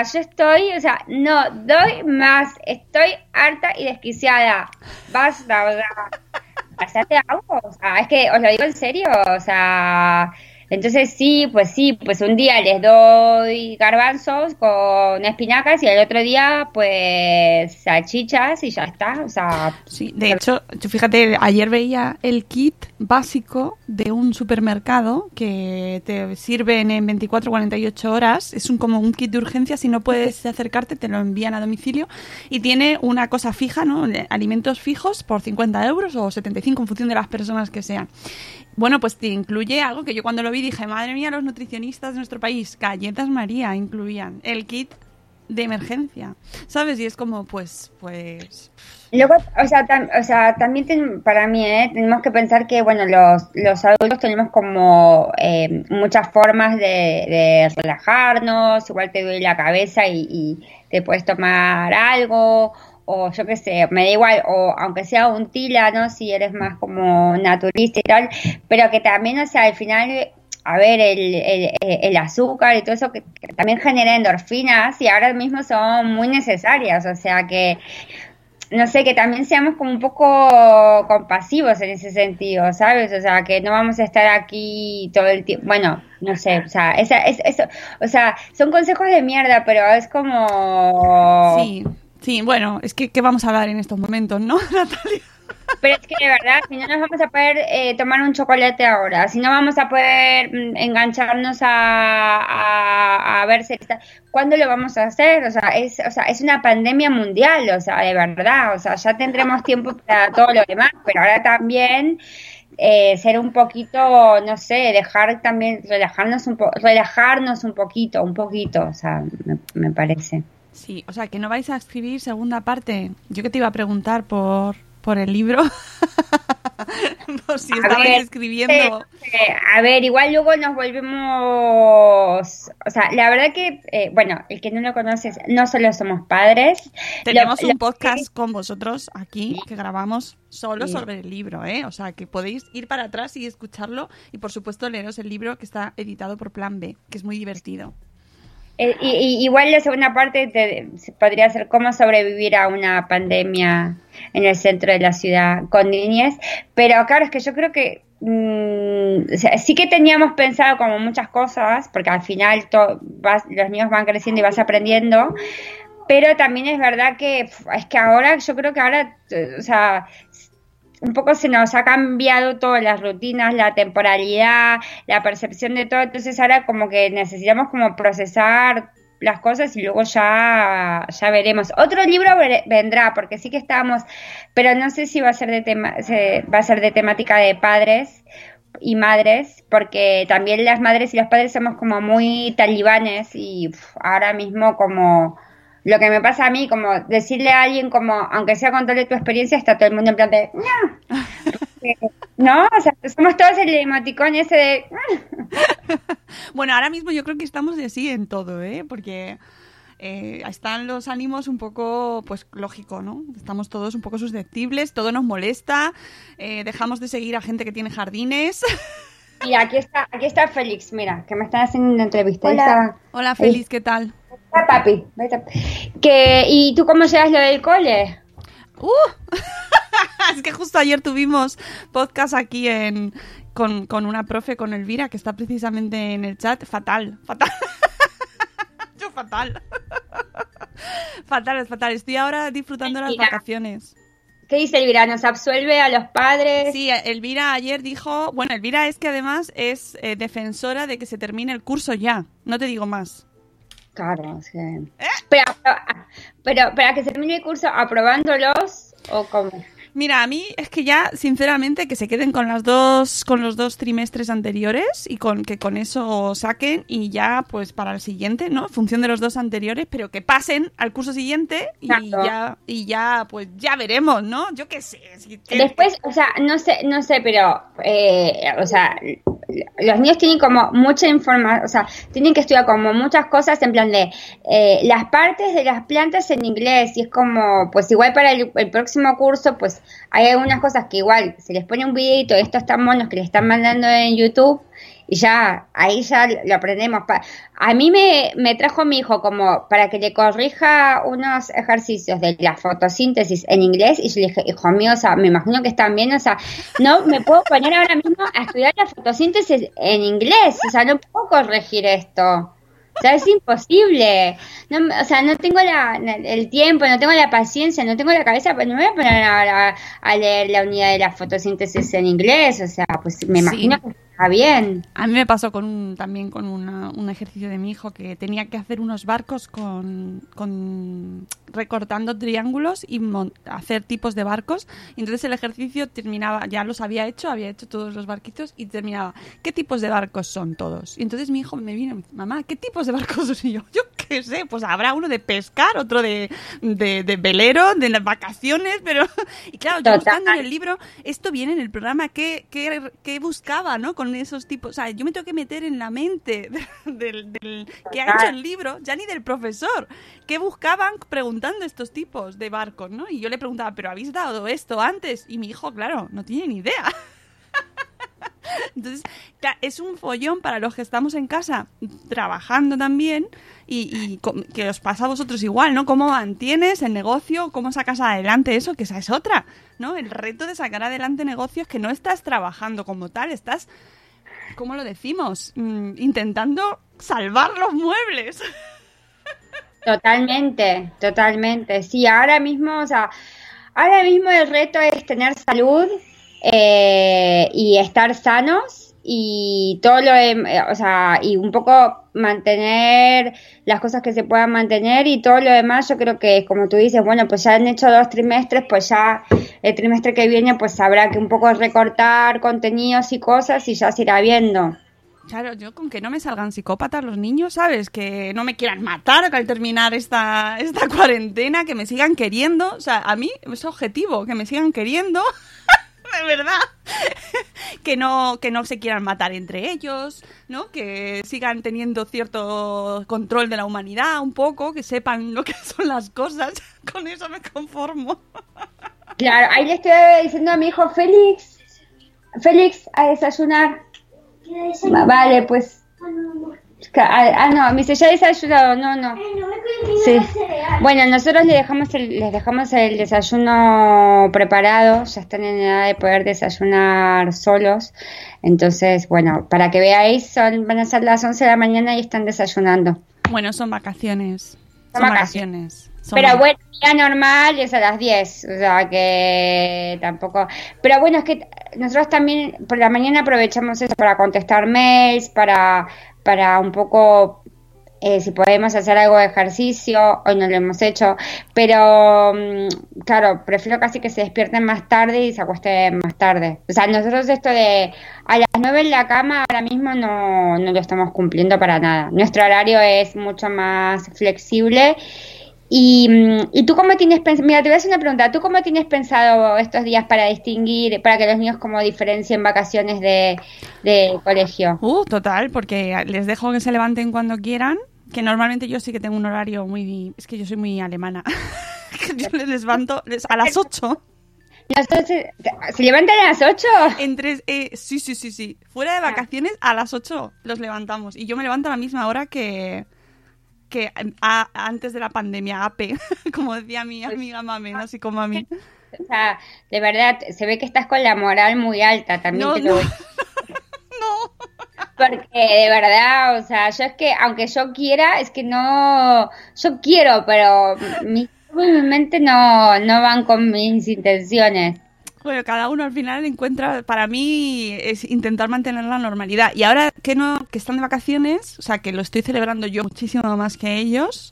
no doy más, estoy harta y desquiciada, basta, o sea, hacerte algo, o sea, es que os lo digo en serio, o sea, entonces sí, pues un día les doy garbanzos con espinacas y el otro día pues salchichas y ya está, o sea... Sí, de hecho, fíjate, ayer veía el kit básico de un supermercado que te sirven en 24-48 horas, es como un kit de urgencia, si no puedes acercarte te lo envían a domicilio, y tiene una cosa fija, ¿no? Alimentos fijos por 50 euros o 75 en función de las personas que sean. Bueno, pues te incluye algo que yo cuando lo vi dije, madre mía, los nutricionistas de nuestro país, galletas María incluían el kit de emergencia, ¿sabes? Y es como, pues... Luego, o sea, también para mí, tenemos que pensar que, bueno, los adultos tenemos como muchas formas de relajarnos, igual te duele la cabeza y te puedes tomar algo, o yo qué sé, me da igual, o aunque sea un tila, ¿no? Si eres más como naturista y tal, pero que también, o sea, al final, a ver, el azúcar y todo eso que también genera endorfinas y ahora mismo son muy necesarias, o sea que, no sé, que también seamos como un poco compasivos en ese sentido, ¿sabes? O sea, que no vamos a estar aquí todo el tiempo, bueno, no sé, o sea, eso, o sea, son consejos de mierda, pero es como... Sí, bueno, es que ¿qué vamos a hablar en estos momentos, no, Natalia? Pero es que de verdad, si no nos vamos a poder tomar un chocolate ahora, si no vamos a poder engancharnos a ver series, ¿cuándo lo vamos a hacer? O sea, es una pandemia mundial, o sea, de verdad, o sea, ya tendremos tiempo para todo lo demás, pero ahora también ser un poquito, no sé, dejar también, relajarnos un poquito, o sea, me parece. Sí, o sea, que no vais a escribir segunda parte. Yo que te iba a preguntar por el libro, por si estabais escribiendo. A ver, igual luego nos volvemos... O sea, la verdad que, bueno, el que no lo conoces, no solo somos padres. Tenemos un podcast con vosotros aquí, que grabamos solo sobre el libro, O sea, que podéis ir para atrás y escucharlo, y por supuesto leeros el libro que está editado por Plan B, que es muy divertido. Igual la segunda parte podría ser cómo sobrevivir a una pandemia en el centro de la ciudad con niñez, pero claro, es que yo creo que o sea, sí que teníamos pensado como muchas cosas, porque al final los niños van creciendo y vas aprendiendo, pero también es verdad que es que ahora, yo creo que ahora, o sea, un poco se nos ha cambiado todas las rutinas, la temporalidad, la percepción de todo, entonces ahora como que necesitamos como procesar las cosas y luego ya veremos. Otro libro vendrá, porque sí que estábamos, pero no sé si va a ser de temática de padres y madres, porque también las madres y los padres somos como muy talibanes y ahora mismo como lo que me pasa a mí, como decirle a alguien, como, aunque sea contarle tu experiencia, está todo el mundo en plan de, no, o sea, somos todos el emoticón ese de... Bueno, ahora mismo yo creo que estamos de sí en todo, porque están los ánimos un poco, pues lógico, ¿no? Estamos todos un poco susceptibles, todo nos molesta, dejamos de seguir a gente que tiene jardines. Mira, aquí está Félix, mira, que me están haciendo una entrevista. Hola Félix, ¿qué tal? Hola, papi. ¿Y tú cómo llevas lo del cole? Es que justo ayer tuvimos podcast aquí con una profe, con Elvira, que está precisamente en el chat. Fatal. Yo fatal. Fatal. Estoy ahora disfrutando las vacaciones. ¿Qué dice Elvira? ¿Nos absuelve a los padres? Sí, Elvira ayer dijo... Bueno, Elvira es que además es defensora de que se termine el curso ya. No te digo más. Claro, sí. Pero para que se termine el curso, ¿aprobándolos o cómo? Mira, a mí es que ya, sinceramente, que se queden con los dos trimestres anteriores y que con eso saquen y ya, pues, para el siguiente, ¿no? En función de los dos anteriores, pero que pasen al curso siguiente y ya, pues, ya veremos, ¿no? Yo qué sé. Después, o sea, no sé, pero, o sea, los niños tienen como mucha información, o sea, tienen que estudiar como muchas cosas en plan de las partes de las plantas en inglés y es como, pues, igual para el próximo curso, pues, hay algunas cosas que igual se les pone un videito de estos tan monos que le están mandando en YouTube y ya, ahí ya lo aprendemos. A mí me trajo mi hijo como para que le corrija unos ejercicios de la fotosíntesis en inglés y yo le dije, hijo mío, o sea, me imagino que están bien, o sea, no me puedo poner ahora mismo a estudiar la fotosíntesis en inglés, o sea, no puedo corregir esto. O sea, es imposible. No, o sea, no tengo el tiempo, no tengo la paciencia, no tengo la cabeza, pero no me voy a poner ahora a leer la unidad de la fotosíntesis en inglés. O sea, pues me imagino que está bien. A mí me pasó también con un ejercicio de mi hijo que tenía que hacer unos barcos recortando triángulos y hacer tipos de barcos. Y entonces el ejercicio terminaba, ya los había hecho todos los barquitos y terminaba, ¿qué tipos de barcos son todos? Y entonces mi hijo me vino y me dice, mamá, ¿qué tipos de barcos son? Y yo qué sé, pues habrá uno de pescar, otro de velero, de las vacaciones, pero... Y claro, yo buscando en el libro, esto viene en el programa, ¿qué buscaba, no? Con esos tipos, o sea, yo me tengo que meter en la mente del que ha hecho el libro, ya ni del profesor, ¿qué buscaban preguntando estos tipos de barcos, no? Y yo le preguntaba, ¿pero habéis dado esto antes? Y mi hijo, claro, no tiene ni idea. Entonces, es un follón para los que estamos en casa trabajando también y que os pasa a vosotros igual, ¿no? ¿Cómo mantienes el negocio? ¿Cómo sacas adelante eso? Que esa es otra, ¿no? El reto de sacar adelante negocios que no estás trabajando como tal, estás, ¿cómo lo decimos? Intentando salvar los muebles. Totalmente. Sí, ahora mismo el reto es tener salud y estar sanos y todo o sea, y un poco mantener las cosas que se puedan mantener y todo lo demás. Yo creo que, como tú dices, bueno, pues ya han hecho 2 trimestres, pues ya el trimestre que viene pues habrá que un poco recortar contenidos y cosas y ya se irá viendo. Claro, yo con que no me salgan psicópatas los niños, ¿sabes? Que no me quieran matar al terminar esta cuarentena, que me sigan queriendo. O sea, a mí es objetivo, que me sigan queriendo, de verdad. Que no se quieran matar entre ellos, ¿no? Que sigan teniendo cierto control de la humanidad un poco, que sepan lo que son las cosas. Con eso me conformo. Claro, ahí le estoy diciendo a mi hijo, Félix, a desayunar. Vale, pues. No, me dice, ya desayunado, no. Sí. Bueno, nosotros les dejamos el desayuno preparado, ya están en edad de poder desayunar solos. Entonces, bueno, para que veáis, van a ser las 11 de la mañana y están desayunando. Bueno, son vacaciones. Son vacaciones. Pero bueno, día normal es a las 10, o sea que tampoco... Pero bueno, es que nosotros también por la mañana aprovechamos eso para contestar mails, para un poco, si podemos hacer algo de ejercicio, hoy no lo hemos hecho, pero claro, prefiero casi que se despierten más tarde y se acuesten más tarde. O sea, nosotros esto de a las 9 en la cama ahora mismo no lo estamos cumpliendo para nada. Nuestro horario es mucho más flexible Y tú cómo tienes pensado, mira, te voy a hacer una pregunta, ¿tú cómo tienes pensado estos días para distinguir, para que los niños como diferencien vacaciones de colegio? Total, porque les dejo que se levanten cuando quieran, que normalmente yo sí que tengo un horario muy... Es que yo soy muy alemana. Yo les levanto a las 8. ¿Se levantan a las 8? Sí. Fuera de vacaciones, a las 8 los levantamos. Y yo me levanto a la misma hora que antes de la pandemia, AP, como decía mi amiga Mame, ¿no? Así como a mí. O sea, de verdad, se ve que estás con la moral muy alta, también te lo voy. No. Porque de verdad, o sea, yo es que, aunque yo quiera, es que no, yo quiero, pero mi mente no van con mis intenciones. Bueno, cada uno al final encuentra, para mí es intentar mantener la normalidad. Y ahora que están de vacaciones, o sea, que lo estoy celebrando yo muchísimo más que ellos,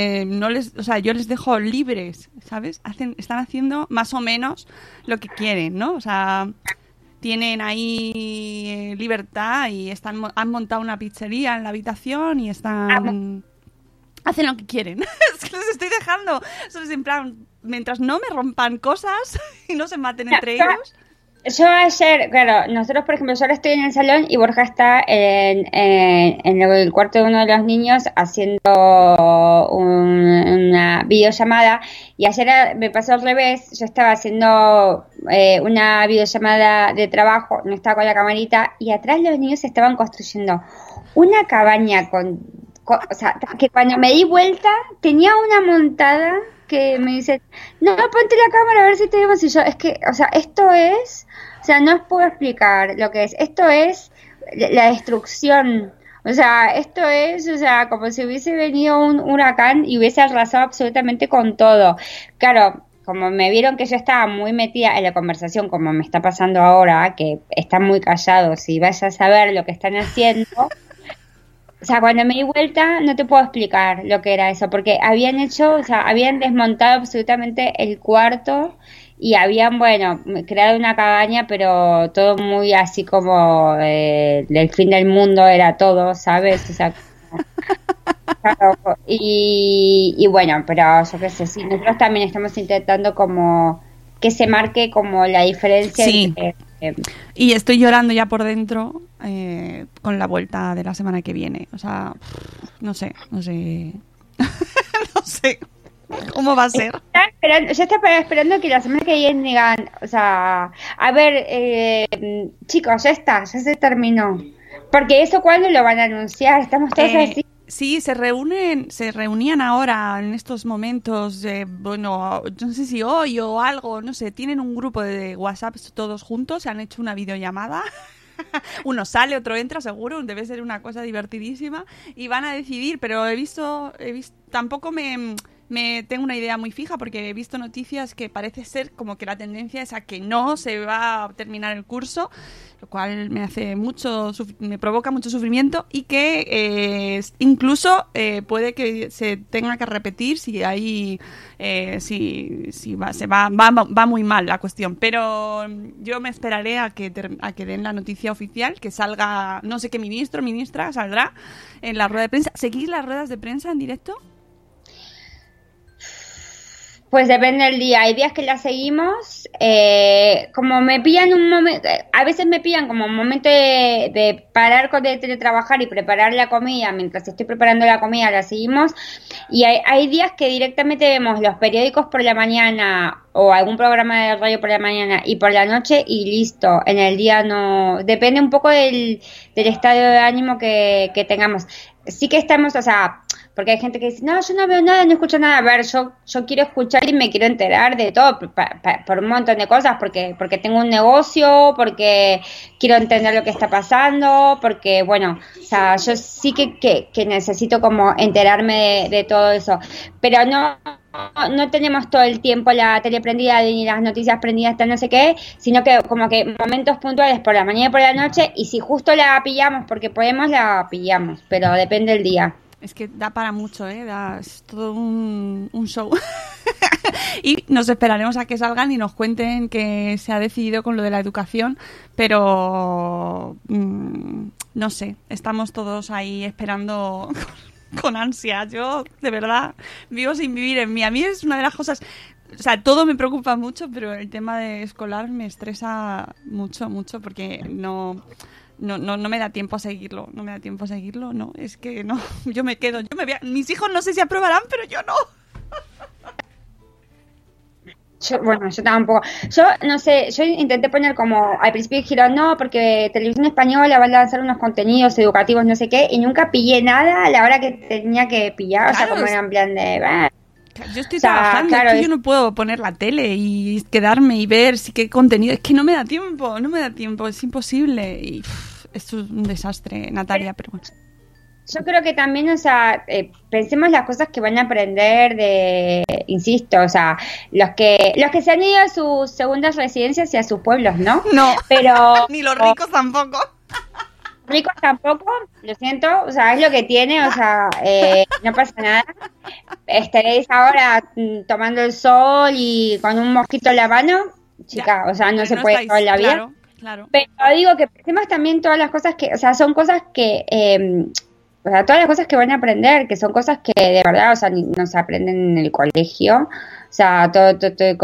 yo les dejo libres, ¿sabes? Están haciendo más o menos lo que quieren, ¿no? O sea, tienen ahí libertad y han montado una pizzería en la habitación y hacen lo que quieren. Es que les estoy dejando. Eso es en plan, mientras no me rompan cosas y no se maten entre ellos. Yo ayer, claro, nosotros, por ejemplo, yo ahora estoy en el salón y Borja está en el cuarto de uno de los niños haciendo una videollamada, y ayer me pasó al revés. Yo estaba haciendo una videollamada de trabajo, no estaba con la camarita, y atrás los niños estaban construyendo una cabaña o sea, que cuando me di vuelta tenía una montada que me dice, no, ponte la cámara a ver si te vemos. Y yo, es que, o sea, no os puedo explicar lo que es. Esto es la destrucción. O sea, esto es, o sea, como si hubiese venido un huracán y hubiese arrasado absolutamente con todo. Claro, como me vieron que yo estaba muy metida en la conversación, como me está pasando ahora, que están muy callados y vayas a saber lo que están haciendo. O sea, cuando me di vuelta no te puedo explicar lo que era eso, porque habían desmontado absolutamente el cuarto y habían, creado una cabaña, pero todo muy así como el fin del mundo era todo, ¿sabes? O sea, claro, y bueno, pero yo qué sé, sí, nosotros también estamos intentando como que se marque como la diferencia. Sí. Y estoy llorando ya por dentro con la vuelta de la semana que viene. O sea, no sé. no sé cómo va a ser. Yo estaba esperando que la semana que viene digan, o sea, a ver, chicos, ya se terminó. Porque eso, ¿cuándo lo van a anunciar? Estamos todos así. Sí, se reunían ahora en estos momentos, no sé si hoy o algo, no sé, tienen un grupo de WhatsApp todos juntos, se han hecho una videollamada, uno sale, otro entra, seguro, debe ser una cosa divertidísima, y van a decidir, pero he visto tampoco me tengo una idea muy fija, porque he visto noticias que parece ser como que la tendencia es a que no se va a terminar el curso, lo cual me provoca mucho sufrimiento, y que incluso puede que se tenga que repetir si hay va muy mal la cuestión. Pero yo me esperaré a que den la noticia oficial, que salga, no sé qué ministra saldrá en la rueda de prensa. ¿Seguís las ruedas de prensa en directo? Pues depende del día. Hay días que las seguimos, como me pillan un momento, a veces me pillan como un momento de parar de teletrabajar y preparar la comida. Mientras estoy preparando la comida la seguimos, y hay días que directamente vemos los periódicos por la mañana o algún programa de radio por la mañana y por la noche, y listo. En el día no, depende un poco del estado de ánimo que tengamos. Sí que estamos, o sea, porque hay gente que dice, no, yo no veo nada, no escucho nada. A ver, yo quiero escuchar y me quiero enterar de todo, por un montón de cosas, porque tengo un negocio, porque quiero entender lo que está pasando, porque, o sea, yo sí que necesito como enterarme de todo eso. Pero no tenemos todo el tiempo la tele prendida ni las noticias prendidas, no sé qué, sino que como que momentos puntuales por la mañana y por la noche, y si justo la pillamos porque podemos, la pillamos, pero depende del día. Es que da para mucho, es todo un show. Y nos esperaremos a que salgan y nos cuenten que se ha decidido con lo de la educación, pero no sé, estamos todos ahí esperando con ansia. Yo, de verdad, vivo sin vivir en mí. A mí es una de las cosas... O sea, todo me preocupa mucho, pero el tema de escolar me estresa mucho, porque no me da tiempo a seguirlo. No me da tiempo a seguirlo, no. Es que no, yo me quedo. Mis hijos no sé si aprobarán, pero yo no. Yo tampoco. Yo no sé, yo intenté poner como, al principio dijeron no, porque Televisión Española va a lanzar unos contenidos educativos, no sé qué, y nunca pillé nada a la hora que tenía que pillar, claro, o sea, como era en plan de... Yo estoy trabajando, claro, es que yo no puedo poner la tele y quedarme y ver si qué contenido, es que no me da tiempo, es imposible, y esto es un desastre, Natalia, pero bueno. Yo creo que también, o sea, pensemos las cosas que van a aprender insisto, o sea, los que se han ido a sus segundas residencias y a sus pueblos, ¿no? No, pero ni los ricos tampoco. Ricos tampoco, lo siento, o sea, es lo que tiene, o sea, no pasa nada. Estaréis ahora tomando el sol y con un mosquito en la mano, chica, o sea, no se puede toda la vida. Claro. Pero digo que pensemos también todas las cosas que, o sea, son cosas que... o sea, todas las cosas que van a aprender, que son cosas que de verdad, o sea, no se aprenden en el colegio, o sea, todo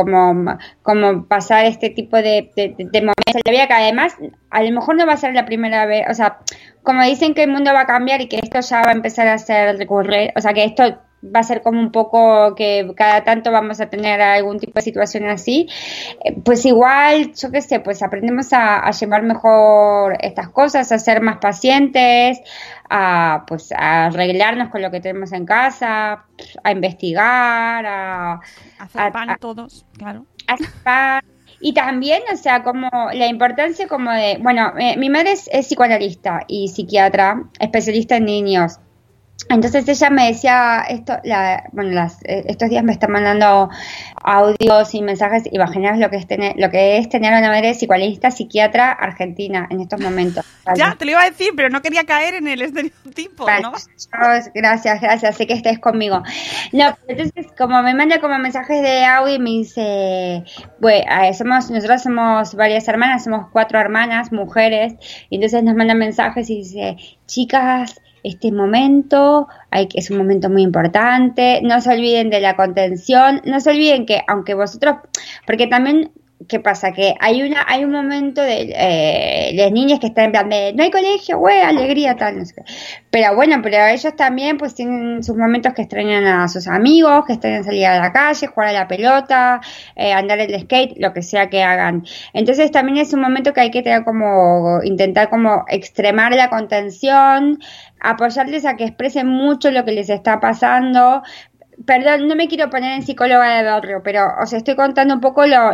como pasar este tipo de momentos en la vida, que además a lo mejor no va a ser la primera vez, o sea, como dicen que el mundo va a cambiar y que esto ya va a empezar a ser recurrente, o sea, que esto va a ser como un poco que cada tanto vamos a tener algún tipo de situación así, pues igual, yo qué sé, pues aprendemos a llevar mejor estas cosas, a ser más pacientes, a arreglarnos con lo que tenemos en casa, a investigar, a hacer pan todos, claro. Hacer pan. Y también, o sea, como la importancia como de, bueno, mi madre es psicoanalista y psiquiatra, especialista en niños. Entonces ella me decía estos días me están mandando audios y mensajes, imaginaos lo que es tener una madre psicoanalista psiquiatra argentina en estos momentos. ¿Vale? Ya, te lo iba a decir, pero no quería caer en el estereotipo, vale, ¿no? Gracias, sé que estés conmigo. No, entonces como me manda como mensajes de audio y me dice, nosotros somos varias hermanas, somos 4 hermanas, mujeres, y entonces nos manda mensajes y dice, chicas, este momento es un momento muy importante, no se olviden de la contención, no se olviden que aunque vosotros, porque también, ¿qué pasa? Que hay un momento de las niñas que están en plan de no hay colegio, alegría, tal, no sé qué. Pero ellos también pues tienen sus momentos que extrañan a sus amigos, que extrañan salir a la calle, jugar a la pelota, andar en el skate, lo que sea que hagan. Entonces también es un momento que hay que tener intentar extremar la contención, apoyarles a que expresen mucho lo que les está pasando. Perdón, no me quiero poner en psicóloga de barrio, pero os estoy contando un poco la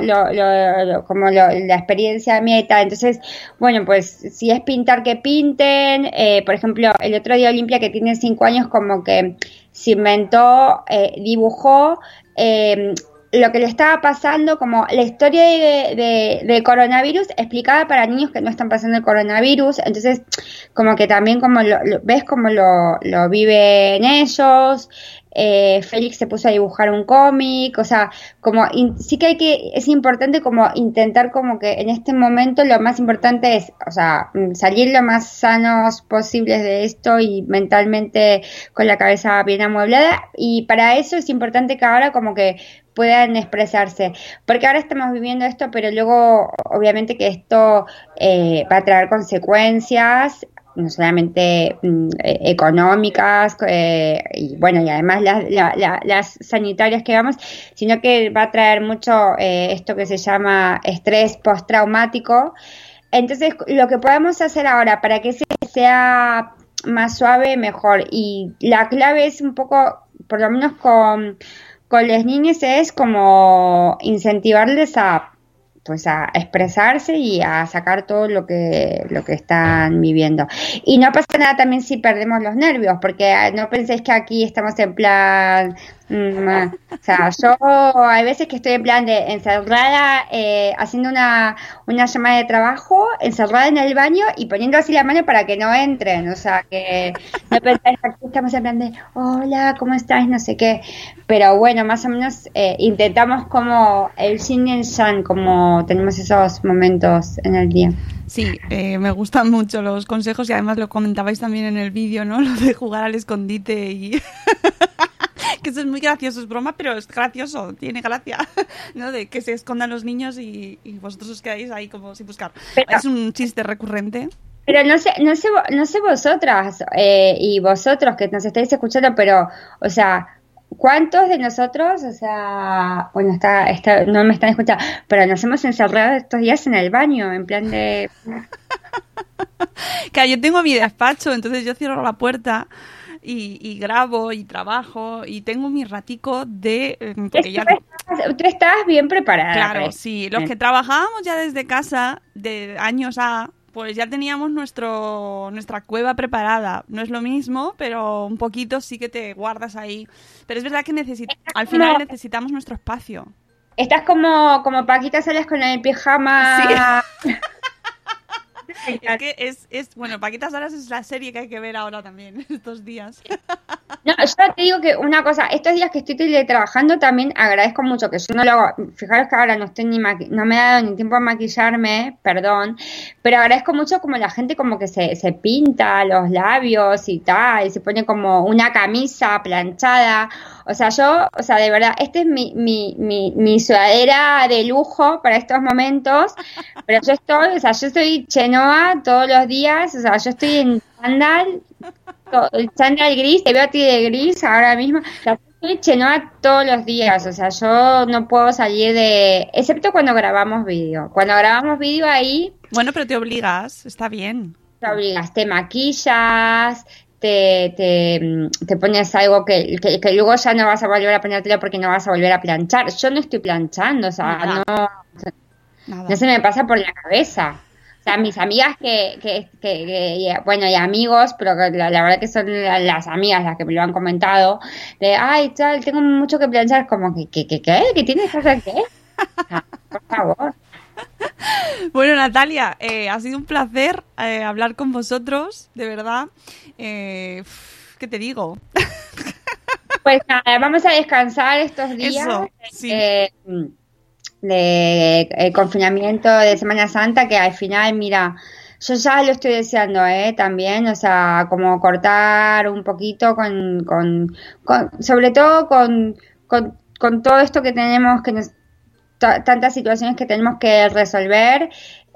experiencia mía y tal. Entonces, pues si es pintar, que pinten. Por ejemplo, el otro día Olimpia, que tiene 5 años, como que se inventó, dibujó lo que le estaba pasando, como la historia de coronavirus explicada para niños que no están pasando el coronavirus. Entonces, como que también ves cómo lo viven ellos. Félix se puso a dibujar un cómic, o sea, sí que es importante como intentar como que en este momento lo más importante es, o sea, salir lo más sanos posibles de esto y mentalmente con la cabeza bien amueblada, y para eso es importante que ahora como que puedan expresarse, porque ahora estamos viviendo esto, pero luego obviamente que esto va a traer consecuencias no solamente económicas y además las sanitarias que vamos, sino que va a traer mucho esto que se llama estrés postraumático. Entonces, lo que podemos hacer ahora para que sea más suave, mejor. Y la clave es un poco, por lo menos con las niñas, es como incentivarles a expresarse y a sacar todo lo que están viviendo. Y no pasa nada también si perdemos los nervios, porque no penséis que aquí estamos en plan O sea, yo hay veces que estoy en plan de encerrada, haciendo una llamada de trabajo, encerrada en el baño y poniendo así la mano para que no entren. O sea, que no pensáis que aquí estamos en plan de hola, ¿cómo estáis? No sé qué. Pero bueno, más o menos intentamos como el yin y el yang, como tenemos esos momentos en el día. Sí, me gustan mucho los consejos y además lo comentabais también en el vídeo, ¿no? Lo de jugar al escondite y... que eso es muy gracioso, es broma, pero es gracioso, tiene gracia, ¿no? De que se escondan los niños y vosotros os quedáis ahí como sin buscar. Pero, es un chiste recurrente. Pero no sé vosotras y vosotros que nos estáis escuchando, pero, o sea... ¿Cuántos de nosotros, o sea, bueno, no me están escuchando, pero nos hemos encerrado estos días en el baño, en plan de... Claro, yo tengo mi despacho, entonces yo cierro la puerta y grabo y trabajo y tengo mi ratico de... Tú estás bien preparada. Claro, sí. Los que trabajábamos ya desde casa, de años pues ya teníamos nuestra cueva preparada. No es lo mismo, pero un poquito sí que te guardas ahí. Pero es verdad que al final necesitamos nuestro espacio. Estás como Paquita Salas con el pijama. Sí. Es que bueno, Paquita Salas es la serie que hay que ver ahora también, estos días. No, yo te digo que una cosa, estos días que estoy teletrabajando también agradezco mucho que yo no lo hago. Fijaros que ahora no me ha dado ni tiempo a maquillarme, perdón, pero agradezco mucho como la gente como que se pinta los labios y tal, y se pone como una camisa planchada. O sea, de verdad, este es mi sudadera de lujo para estos momentos, pero yo estoy chenoa todos los días, o sea, yo estoy en el chándal gris, te veo a ti de gris ahora mismo, o sea, estoy chenoa todos los días, o sea, yo no puedo salir excepto cuando grabamos vídeo. Cuando grabamos vídeo ahí... Bueno, pero te obligas, está bien. Te obligas, te maquillas... Te pones algo que luego ya no vas a volver a ponértelo porque no vas a volver a planchar. Yo no estoy planchando, o sea, no se me pasa por la cabeza. O sea, mis amigas bueno, y amigos, pero la verdad que son las amigas las que me lo han comentado, de, ay, tal, tengo mucho que planchar, como ¿qué? ¿Qué tienes que hacer qué? O sea, por favor. Bueno, Natalia, ha sido un placer hablar con vosotros, de verdad. ¿Qué te digo? Pues nada, vamos a descansar estos días. Eso, sí. De confinamiento de Semana Santa, que al final, mira, yo ya lo estoy deseando, también, o sea, como cortar un poquito sobre todo con todo esto que tenemos, tantas situaciones que tenemos que resolver,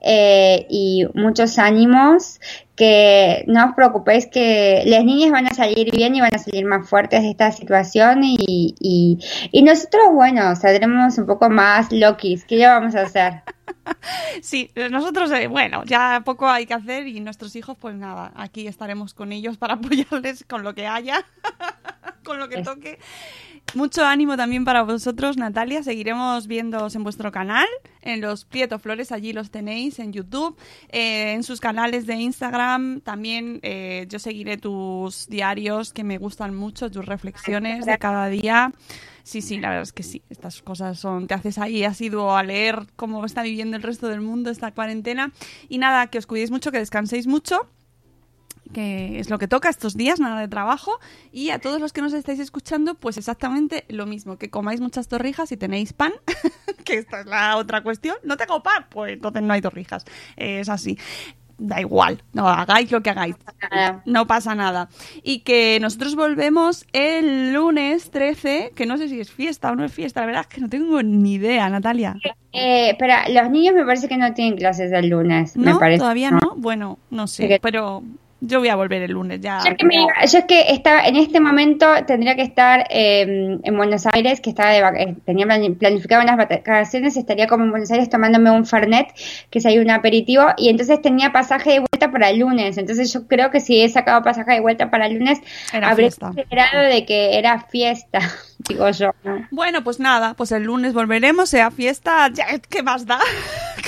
y muchos ánimos, que no os preocupéis, que las niñas van a salir bien y van a salir más fuertes de esta situación y nosotros, bueno, saldremos un poco más loquis. ¿Qué le vamos a hacer? Sí, nosotros, bueno, ya poco hay que hacer y nuestros hijos, pues nada, aquí estaremos con ellos para apoyarles con lo que haya, con lo que toque. Mucho ánimo también para vosotros, Natalia. Seguiremos viéndoos en vuestro canal, en los Prieto Flores, allí los tenéis en YouTube, en sus canales de Instagram. También yo seguiré tus diarios, que me gustan mucho, tus reflexiones de cada día. Sí, la verdad es que sí, estas cosas te haces ahí asiduo a leer cómo está viviendo el resto del mundo esta cuarentena. Y nada, que os cuidéis mucho, que descanséis mucho, que es lo que toca estos días, nada de trabajo. Y a todos los que nos estáis escuchando, pues exactamente lo mismo, que comáis muchas torrijas y tenéis pan, que esta es la otra cuestión. No tengo pan, pues entonces no hay torrijas, es así. Da igual, no hagáis lo que hagáis, no pasa nada. Y que nosotros volvemos el lunes 13, que no sé si es fiesta o no es fiesta, la verdad es que no tengo ni idea, Natalia. Espera, los niños me parece que no tienen clases el lunes, ¿No? me parece. ¿Todavía no? Bueno, no sé, pero yo voy a volver el lunes ya. Yo es que estaba en este momento, tendría que estar en Buenos Aires, que tenía planificado unas vacaciones, estaría como en Buenos Aires tomándome un Fernet, que es ahí un aperitivo, y entonces tenía pasaje de vuelta para el lunes. Entonces yo creo que si he sacado pasaje de vuelta para el lunes, habré considerado de que era fiesta, digo yo, ¿no? Bueno, pues nada, pues el lunes volveremos, sea fiesta, ya, ¿qué más da?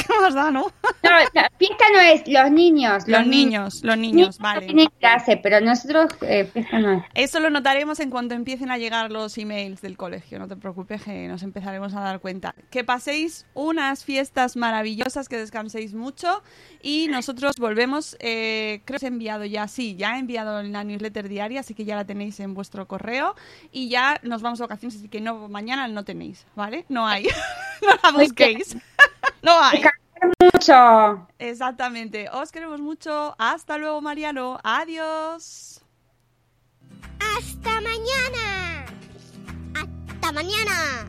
¿Qué más da, no? No, fiesta no es, los niños. Los niños, vale. Tienen clase, pero nosotros fiesta no es. Eso lo notaremos en cuanto empiecen a llegar los emails del colegio, no te preocupes que nos empezaremos a dar cuenta. Que paséis unas fiestas maravillosas, que descanséis mucho y nosotros volvemos, creo que os he enviado ya, sí, ya he enviado la newsletter diaria, así que ya la tenéis en vuestro correo y ya nos vamos a vacaciones, así que no, mañana no tenéis, ¿vale? No hay, no la busquéis, no hay. Mucho. Exactamente, os queremos mucho, hasta luego Mariano, adiós. ¡Hasta mañana! ¡Hasta mañana!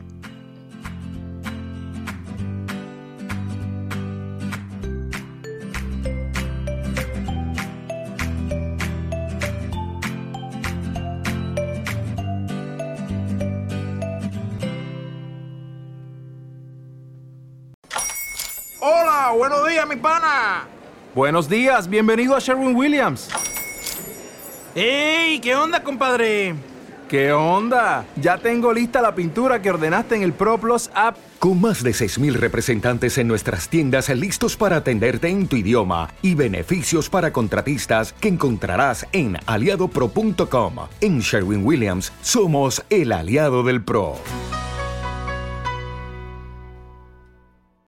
Hola, buenos días, mi pana. Buenos días, bienvenido a Sherwin-Williams. ¡Ey! ¿Qué onda, compadre? ¿Qué onda? Ya tengo lista la pintura que ordenaste en el ProPlus app. Con más de 6,000 representantes en nuestras tiendas listos para atenderte en tu idioma y beneficios para contratistas que encontrarás en aliadopro.com. En Sherwin-Williams somos el aliado del pro.